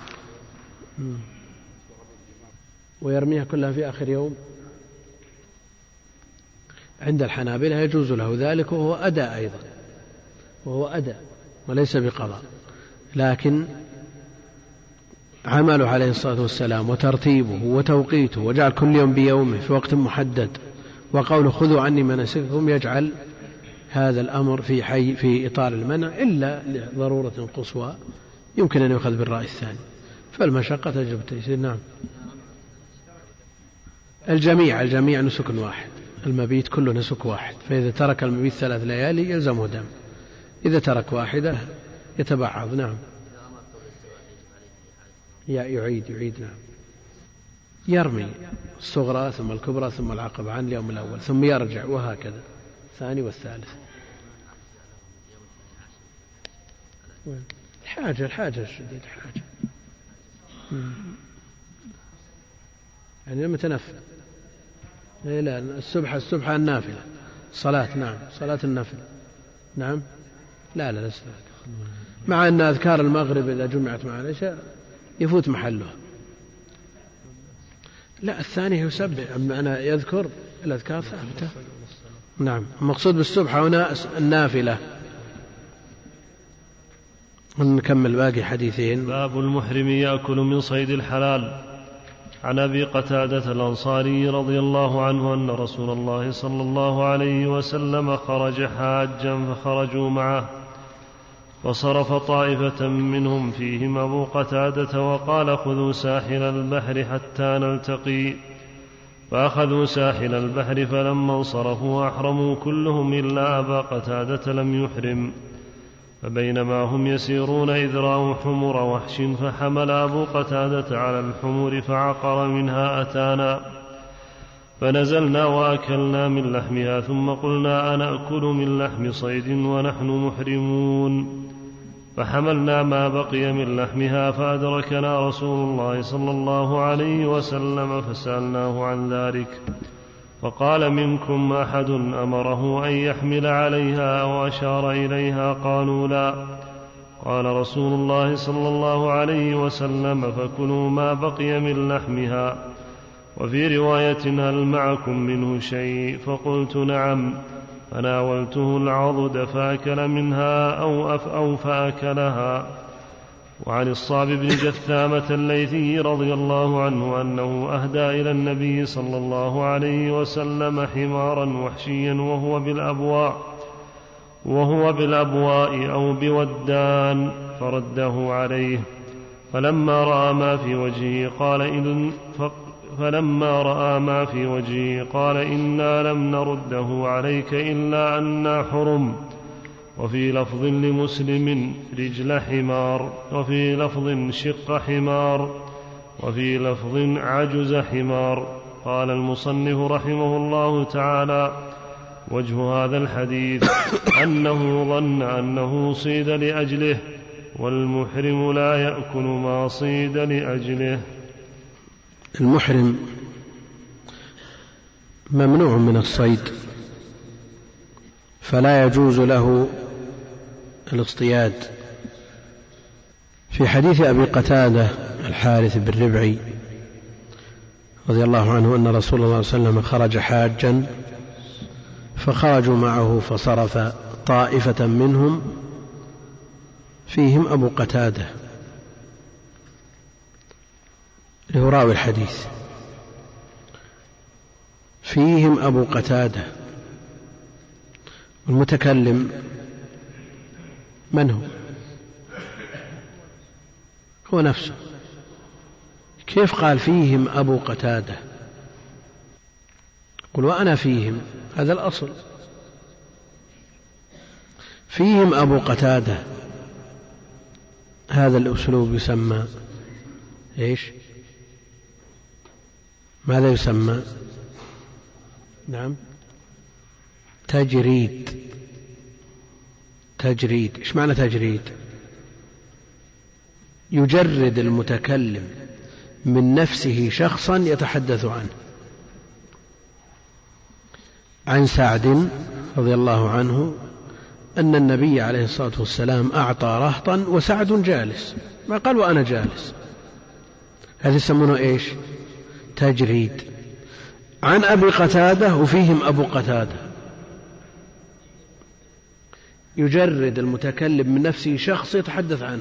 ويرميها كلها في آخر يوم. عند الحنابلة يجوز له ذلك وهو أداء أيضا، وهو أداء وليس بقضاء، لكن عمله عليه الصلاة والسلام وترتيبه وتوقيته وجعل كل يوم بيومه في وقت محدد وقوله خذوا عني مناسككم يجعل هذا الأمر في حي في إطار المنع، إلا لضرورة قصوى يمكن أن يؤخذ بالرأي الثاني، فالمشقة تجب التيسير. نعم. الجميع الجميع نسك واحد، المبيت كله نسك واحد، فإذا ترك المبيت ثلاث ليالي يلزمه دم، إذا ترك واحدة يتبعض. نعم. يعيد يعيد نعم، يرمي الصغرى ثم الكبرى ثم العقبة عن اليوم الأول ثم يرجع، وهكذا الثاني والثالث. الحاجة الحاجة الشديدة حاجة يعني لما تنفل لا السبحة السبحة النافلة صلاة. نعم صلاة النفل. نعم لا لا لسه، مع أن أذكار المغرب إذا جمعت مع العشاء يفوت محله. لا الثاني يسبح، أنا يذكر الأذكار ثابتة. نعم المقصود بالسبحة هنا النافلة. نكمل باقي حديثين. باب المحرم يأكل من صيد الحلال. عن أبي قتادة الأنصاري رضي الله عنه أن رسول الله صلى الله عليه وسلم خرج حاجا فخرجوا معه، وصرف طائفة منهم فيهم أبو قتادة وقال خذوا ساحل البحر حتى نلتقي، فأخذوا ساحل البحر، فلما انصرفوا أحرموا كلهم إلا أبا قتادة لم يحرم. فبينما هم يسيرون إذ رأوا حمر وحش، فحمل أبو قتادة على الحمر فعقر منها أتانا، فنزلنا وأكلنا من لحمها، ثم قلنا أنأكل من لحم صيد ونحن محرمون، فحملنا ما بقي من لحمها، فأدركنا رسول الله صلى الله عليه وسلم فسألناه عن ذلك، فقال منكم أحد أمره أن يحمل عليها أو أشار إليها؟ قالوا لا. قال رسول الله صلى الله عليه وسلم فكلوا ما بقي من لحمها. وفي رواية هل معكم منه شيء؟ فقلت نعم، فناولته العضد فأكل منها أو, أف أو فأكلها. وعن الصعب بن جثامة الليثي رضي الله عنه أنه أهدى إلى النبي صلى الله عليه وسلم حمارا وحشيا وهو بالأبواء وهو بالأبواء أو بودان، فرده عليه، فلما رأى ما في وجهه قال إن فلما رأى ما في وجهه قال إنا لم نرده عليك إلا أنا حرم. وفي لفظ لمسلم رجل حمار، وفي لفظ شق حمار، وفي لفظ عجز حمار. قال المصنف رحمه الله تعالى وجه هذا الحديث أنه ظن أنه صيد لأجله، والمحرم لا يأكل ما صيد لأجله. المحرم ممنوع من الصيد، فلا يجوز له الاصطياد. في حديث أبي قتادة الحارث بن ربعي رضي الله عنه أن رسول الله صلى الله عليه وسلم خرج حاجا فخرجوا معه، فصرف طائفة منهم فيهم أبو قتادة له راوي الحديث، فيهم أبو قتادة، والمتكلم من هو؟ هو نفسه. كيف قال فيهم أبو قتادة؟ قل وأنا فيهم، هذا الأصل. فيهم أبو قتادة، هذا الأسلوب يسمى إيش؟ ماذا يسمى؟ نعم تجريد. تجريد إيش معنى تجريد؟ يجرد المتكلم من نفسه شخصا يتحدث عنه. عن سعد رضي الله عنه أن النبي عليه الصلاة والسلام أعطى رهطا وسعد جالس، ما قال وأنا جالس، هذا يسمونه إيش؟ تجريد. عن أبي قتادة وفيهم أبو قتادة، يجرد المتكلم من نفسه شخص يتحدث عنه.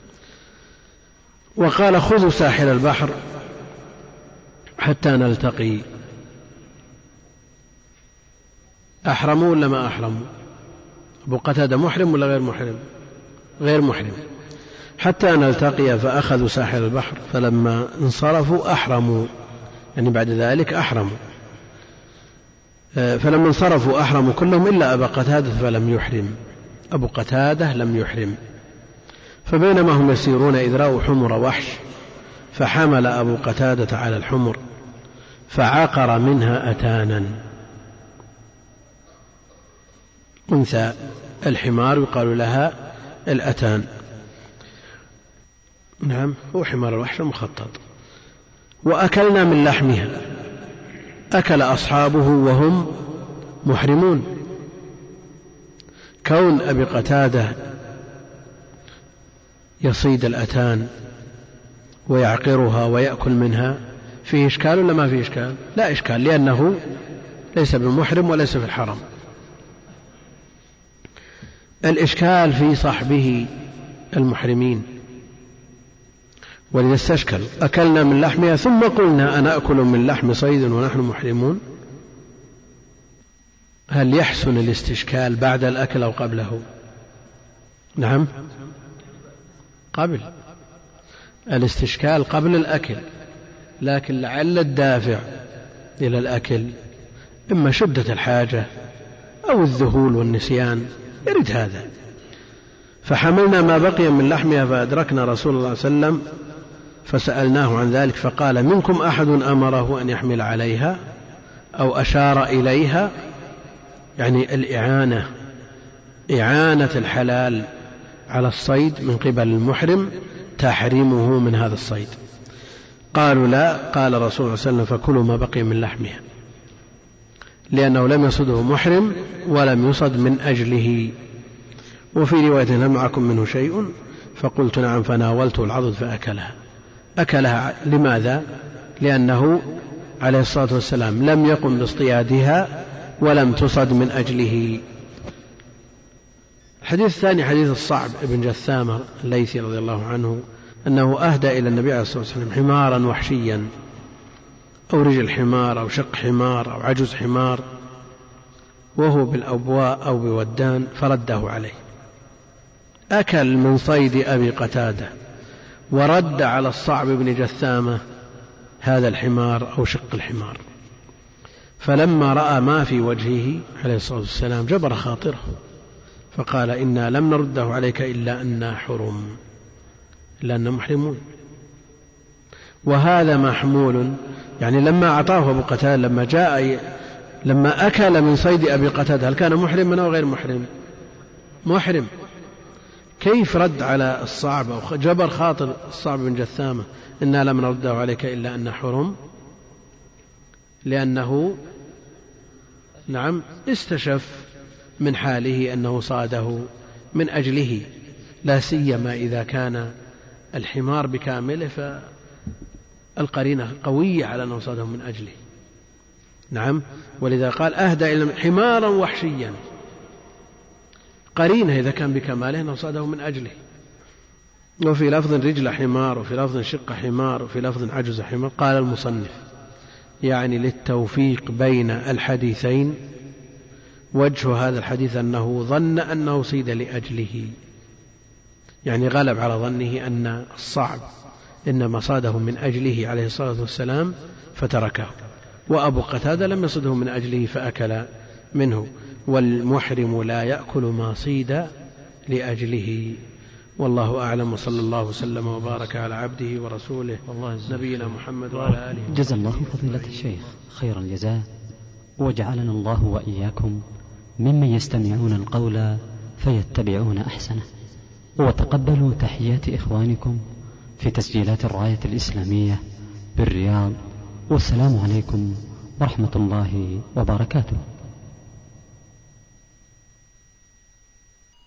وقال خذوا ساحل البحر حتى نلتقي. أحرموا ولا ما أحرموا؟ أبو قتادة محرم ولا غير محرم؟ غير محرم. حتى نلتقي فأخذوا ساحل البحر، فلما انصرفوا أحرموا، يعني بعد ذلك أحرموا. فلما انصرفوا أحرموا كلهم إلا أبا قتادة فلم يحرم. أبو قتادة لم يحرم. فبينما هم يسيرون إذ رأوا حمر وحش، فحمل أبو قتادة على الحمر فعقر منها أتانا. أنثى الحمار يقال لها الأتان. نعم هو حمار الوحش المخطط. وأكلنا من لحمها، أكل أصحابه وهم محرمون. كون أبي قتادة يصيد الأتان ويعقرها ويأكل منها فيه إشكال ولا ما فيه إشكال؟ لا إشكال، لأنه ليس بالمحرم وليس في الحرم. الإشكال في صحبه المحرمين، ولذا استشكل أكلنا من لحمها ثم قلنا أنا أكل من لحم صيد ونحن محرمون. هل يحسن الاستشكال بعد الأكل أو قبله؟ نعم قبل الاستشكال، قبل الأكل، لكن لعل الدافع إلى الأكل إما شدة الحاجة أو الذهول والنسيان، يرد هذا. فحملنا ما بقي من لحمها فأدركنا رسول الله صلى الله عليه وسلم فسألناه عن ذلك فقال منكم أحد أمره أن يحمل عليها أو أشار إليها، يعني الإعانة، إعانة الحلال على الصيد من قبل المحرم تحريمه من هذا الصيد. قالوا لا. قال رسول الله صلى الله عليه وسلم فكلوا ما بقي من لحمها، لأنه لم يصده محرم ولم يصد من أجله. وفي رواية هل معكم منه شيء؟ فقلت نعم، فناولته العضد فأكلها. أكلها لماذا؟ لأنه عليه الصلاة والسلام لم يقم باصطيادها ولم تصد من أجله. الحديث الثاني حديث الصعب بن جثامة الليثي رضي الله عنه أنه أهدى إلى النبي عليه الصلاة والسلام حمارا وحشيا، أو رجل حمار أو شق حمار أو عجز حمار، وهو بالأبواء أو بودان، فرده عليه. أكل من صيد أبي قتادة ورد على الصعب بن جثامة هذا الحمار أو شق الحمار. فلما رأى ما في وجهه عليه الصلاة والسلام جبر خاطره فقال إنا لم نرده عليك إلا أننا حرم، إلا أننا محرمون. وهذا محمول، يعني لما أعطاه أبو قتادة لما جاء لما أكل من صيد أبي قتادة هل كان محرما أو غير محرم؟ محرم. كيف رد على الصعب أو جبر خاطر الصعب بن جثامة إنا لم نرده عليك إلا أننا حرم؟ لأنه نعم استشف من حاله أنه صاده من أجله، لا سيما إذا كان الحمار بكامله فالقرينة قوية على أنه صاده من أجله. نعم، ولذا قال أهدى إلى حمارا وحشيا، قرينة إذا كان بكماله أنه صاده من أجله. وفي لفظ رجل حمار، وفي لفظ شق حمار، وفي لفظ عجز حمار. قال المصنف يعني للتوفيق بين الحديثين، وجه هذا الحديث أنه ظن أنه صيد لأجله، يعني غلب على ظنه أن الصعب إنما صاده من أجله عليه الصلاة والسلام فتركه، وأبو قتادة لم يصده من أجله فأكل منه. والمحرم لا يأكل ما صيد لأجله. والله أعلم، وصلى الله وسلم وبارك على عبده ورسوله نبينا محمد وعلى آله. جزا الله فضيلة الشيخ خير الجزاء، وجعلنا الله وإياكم ممن يستمعون القول فيتبعون أحسنه. وتقبلوا تحيات إخوانكم في تسجيلات الراية الإسلامية بالرياض، والسلام عليكم ورحمة الله وبركاته.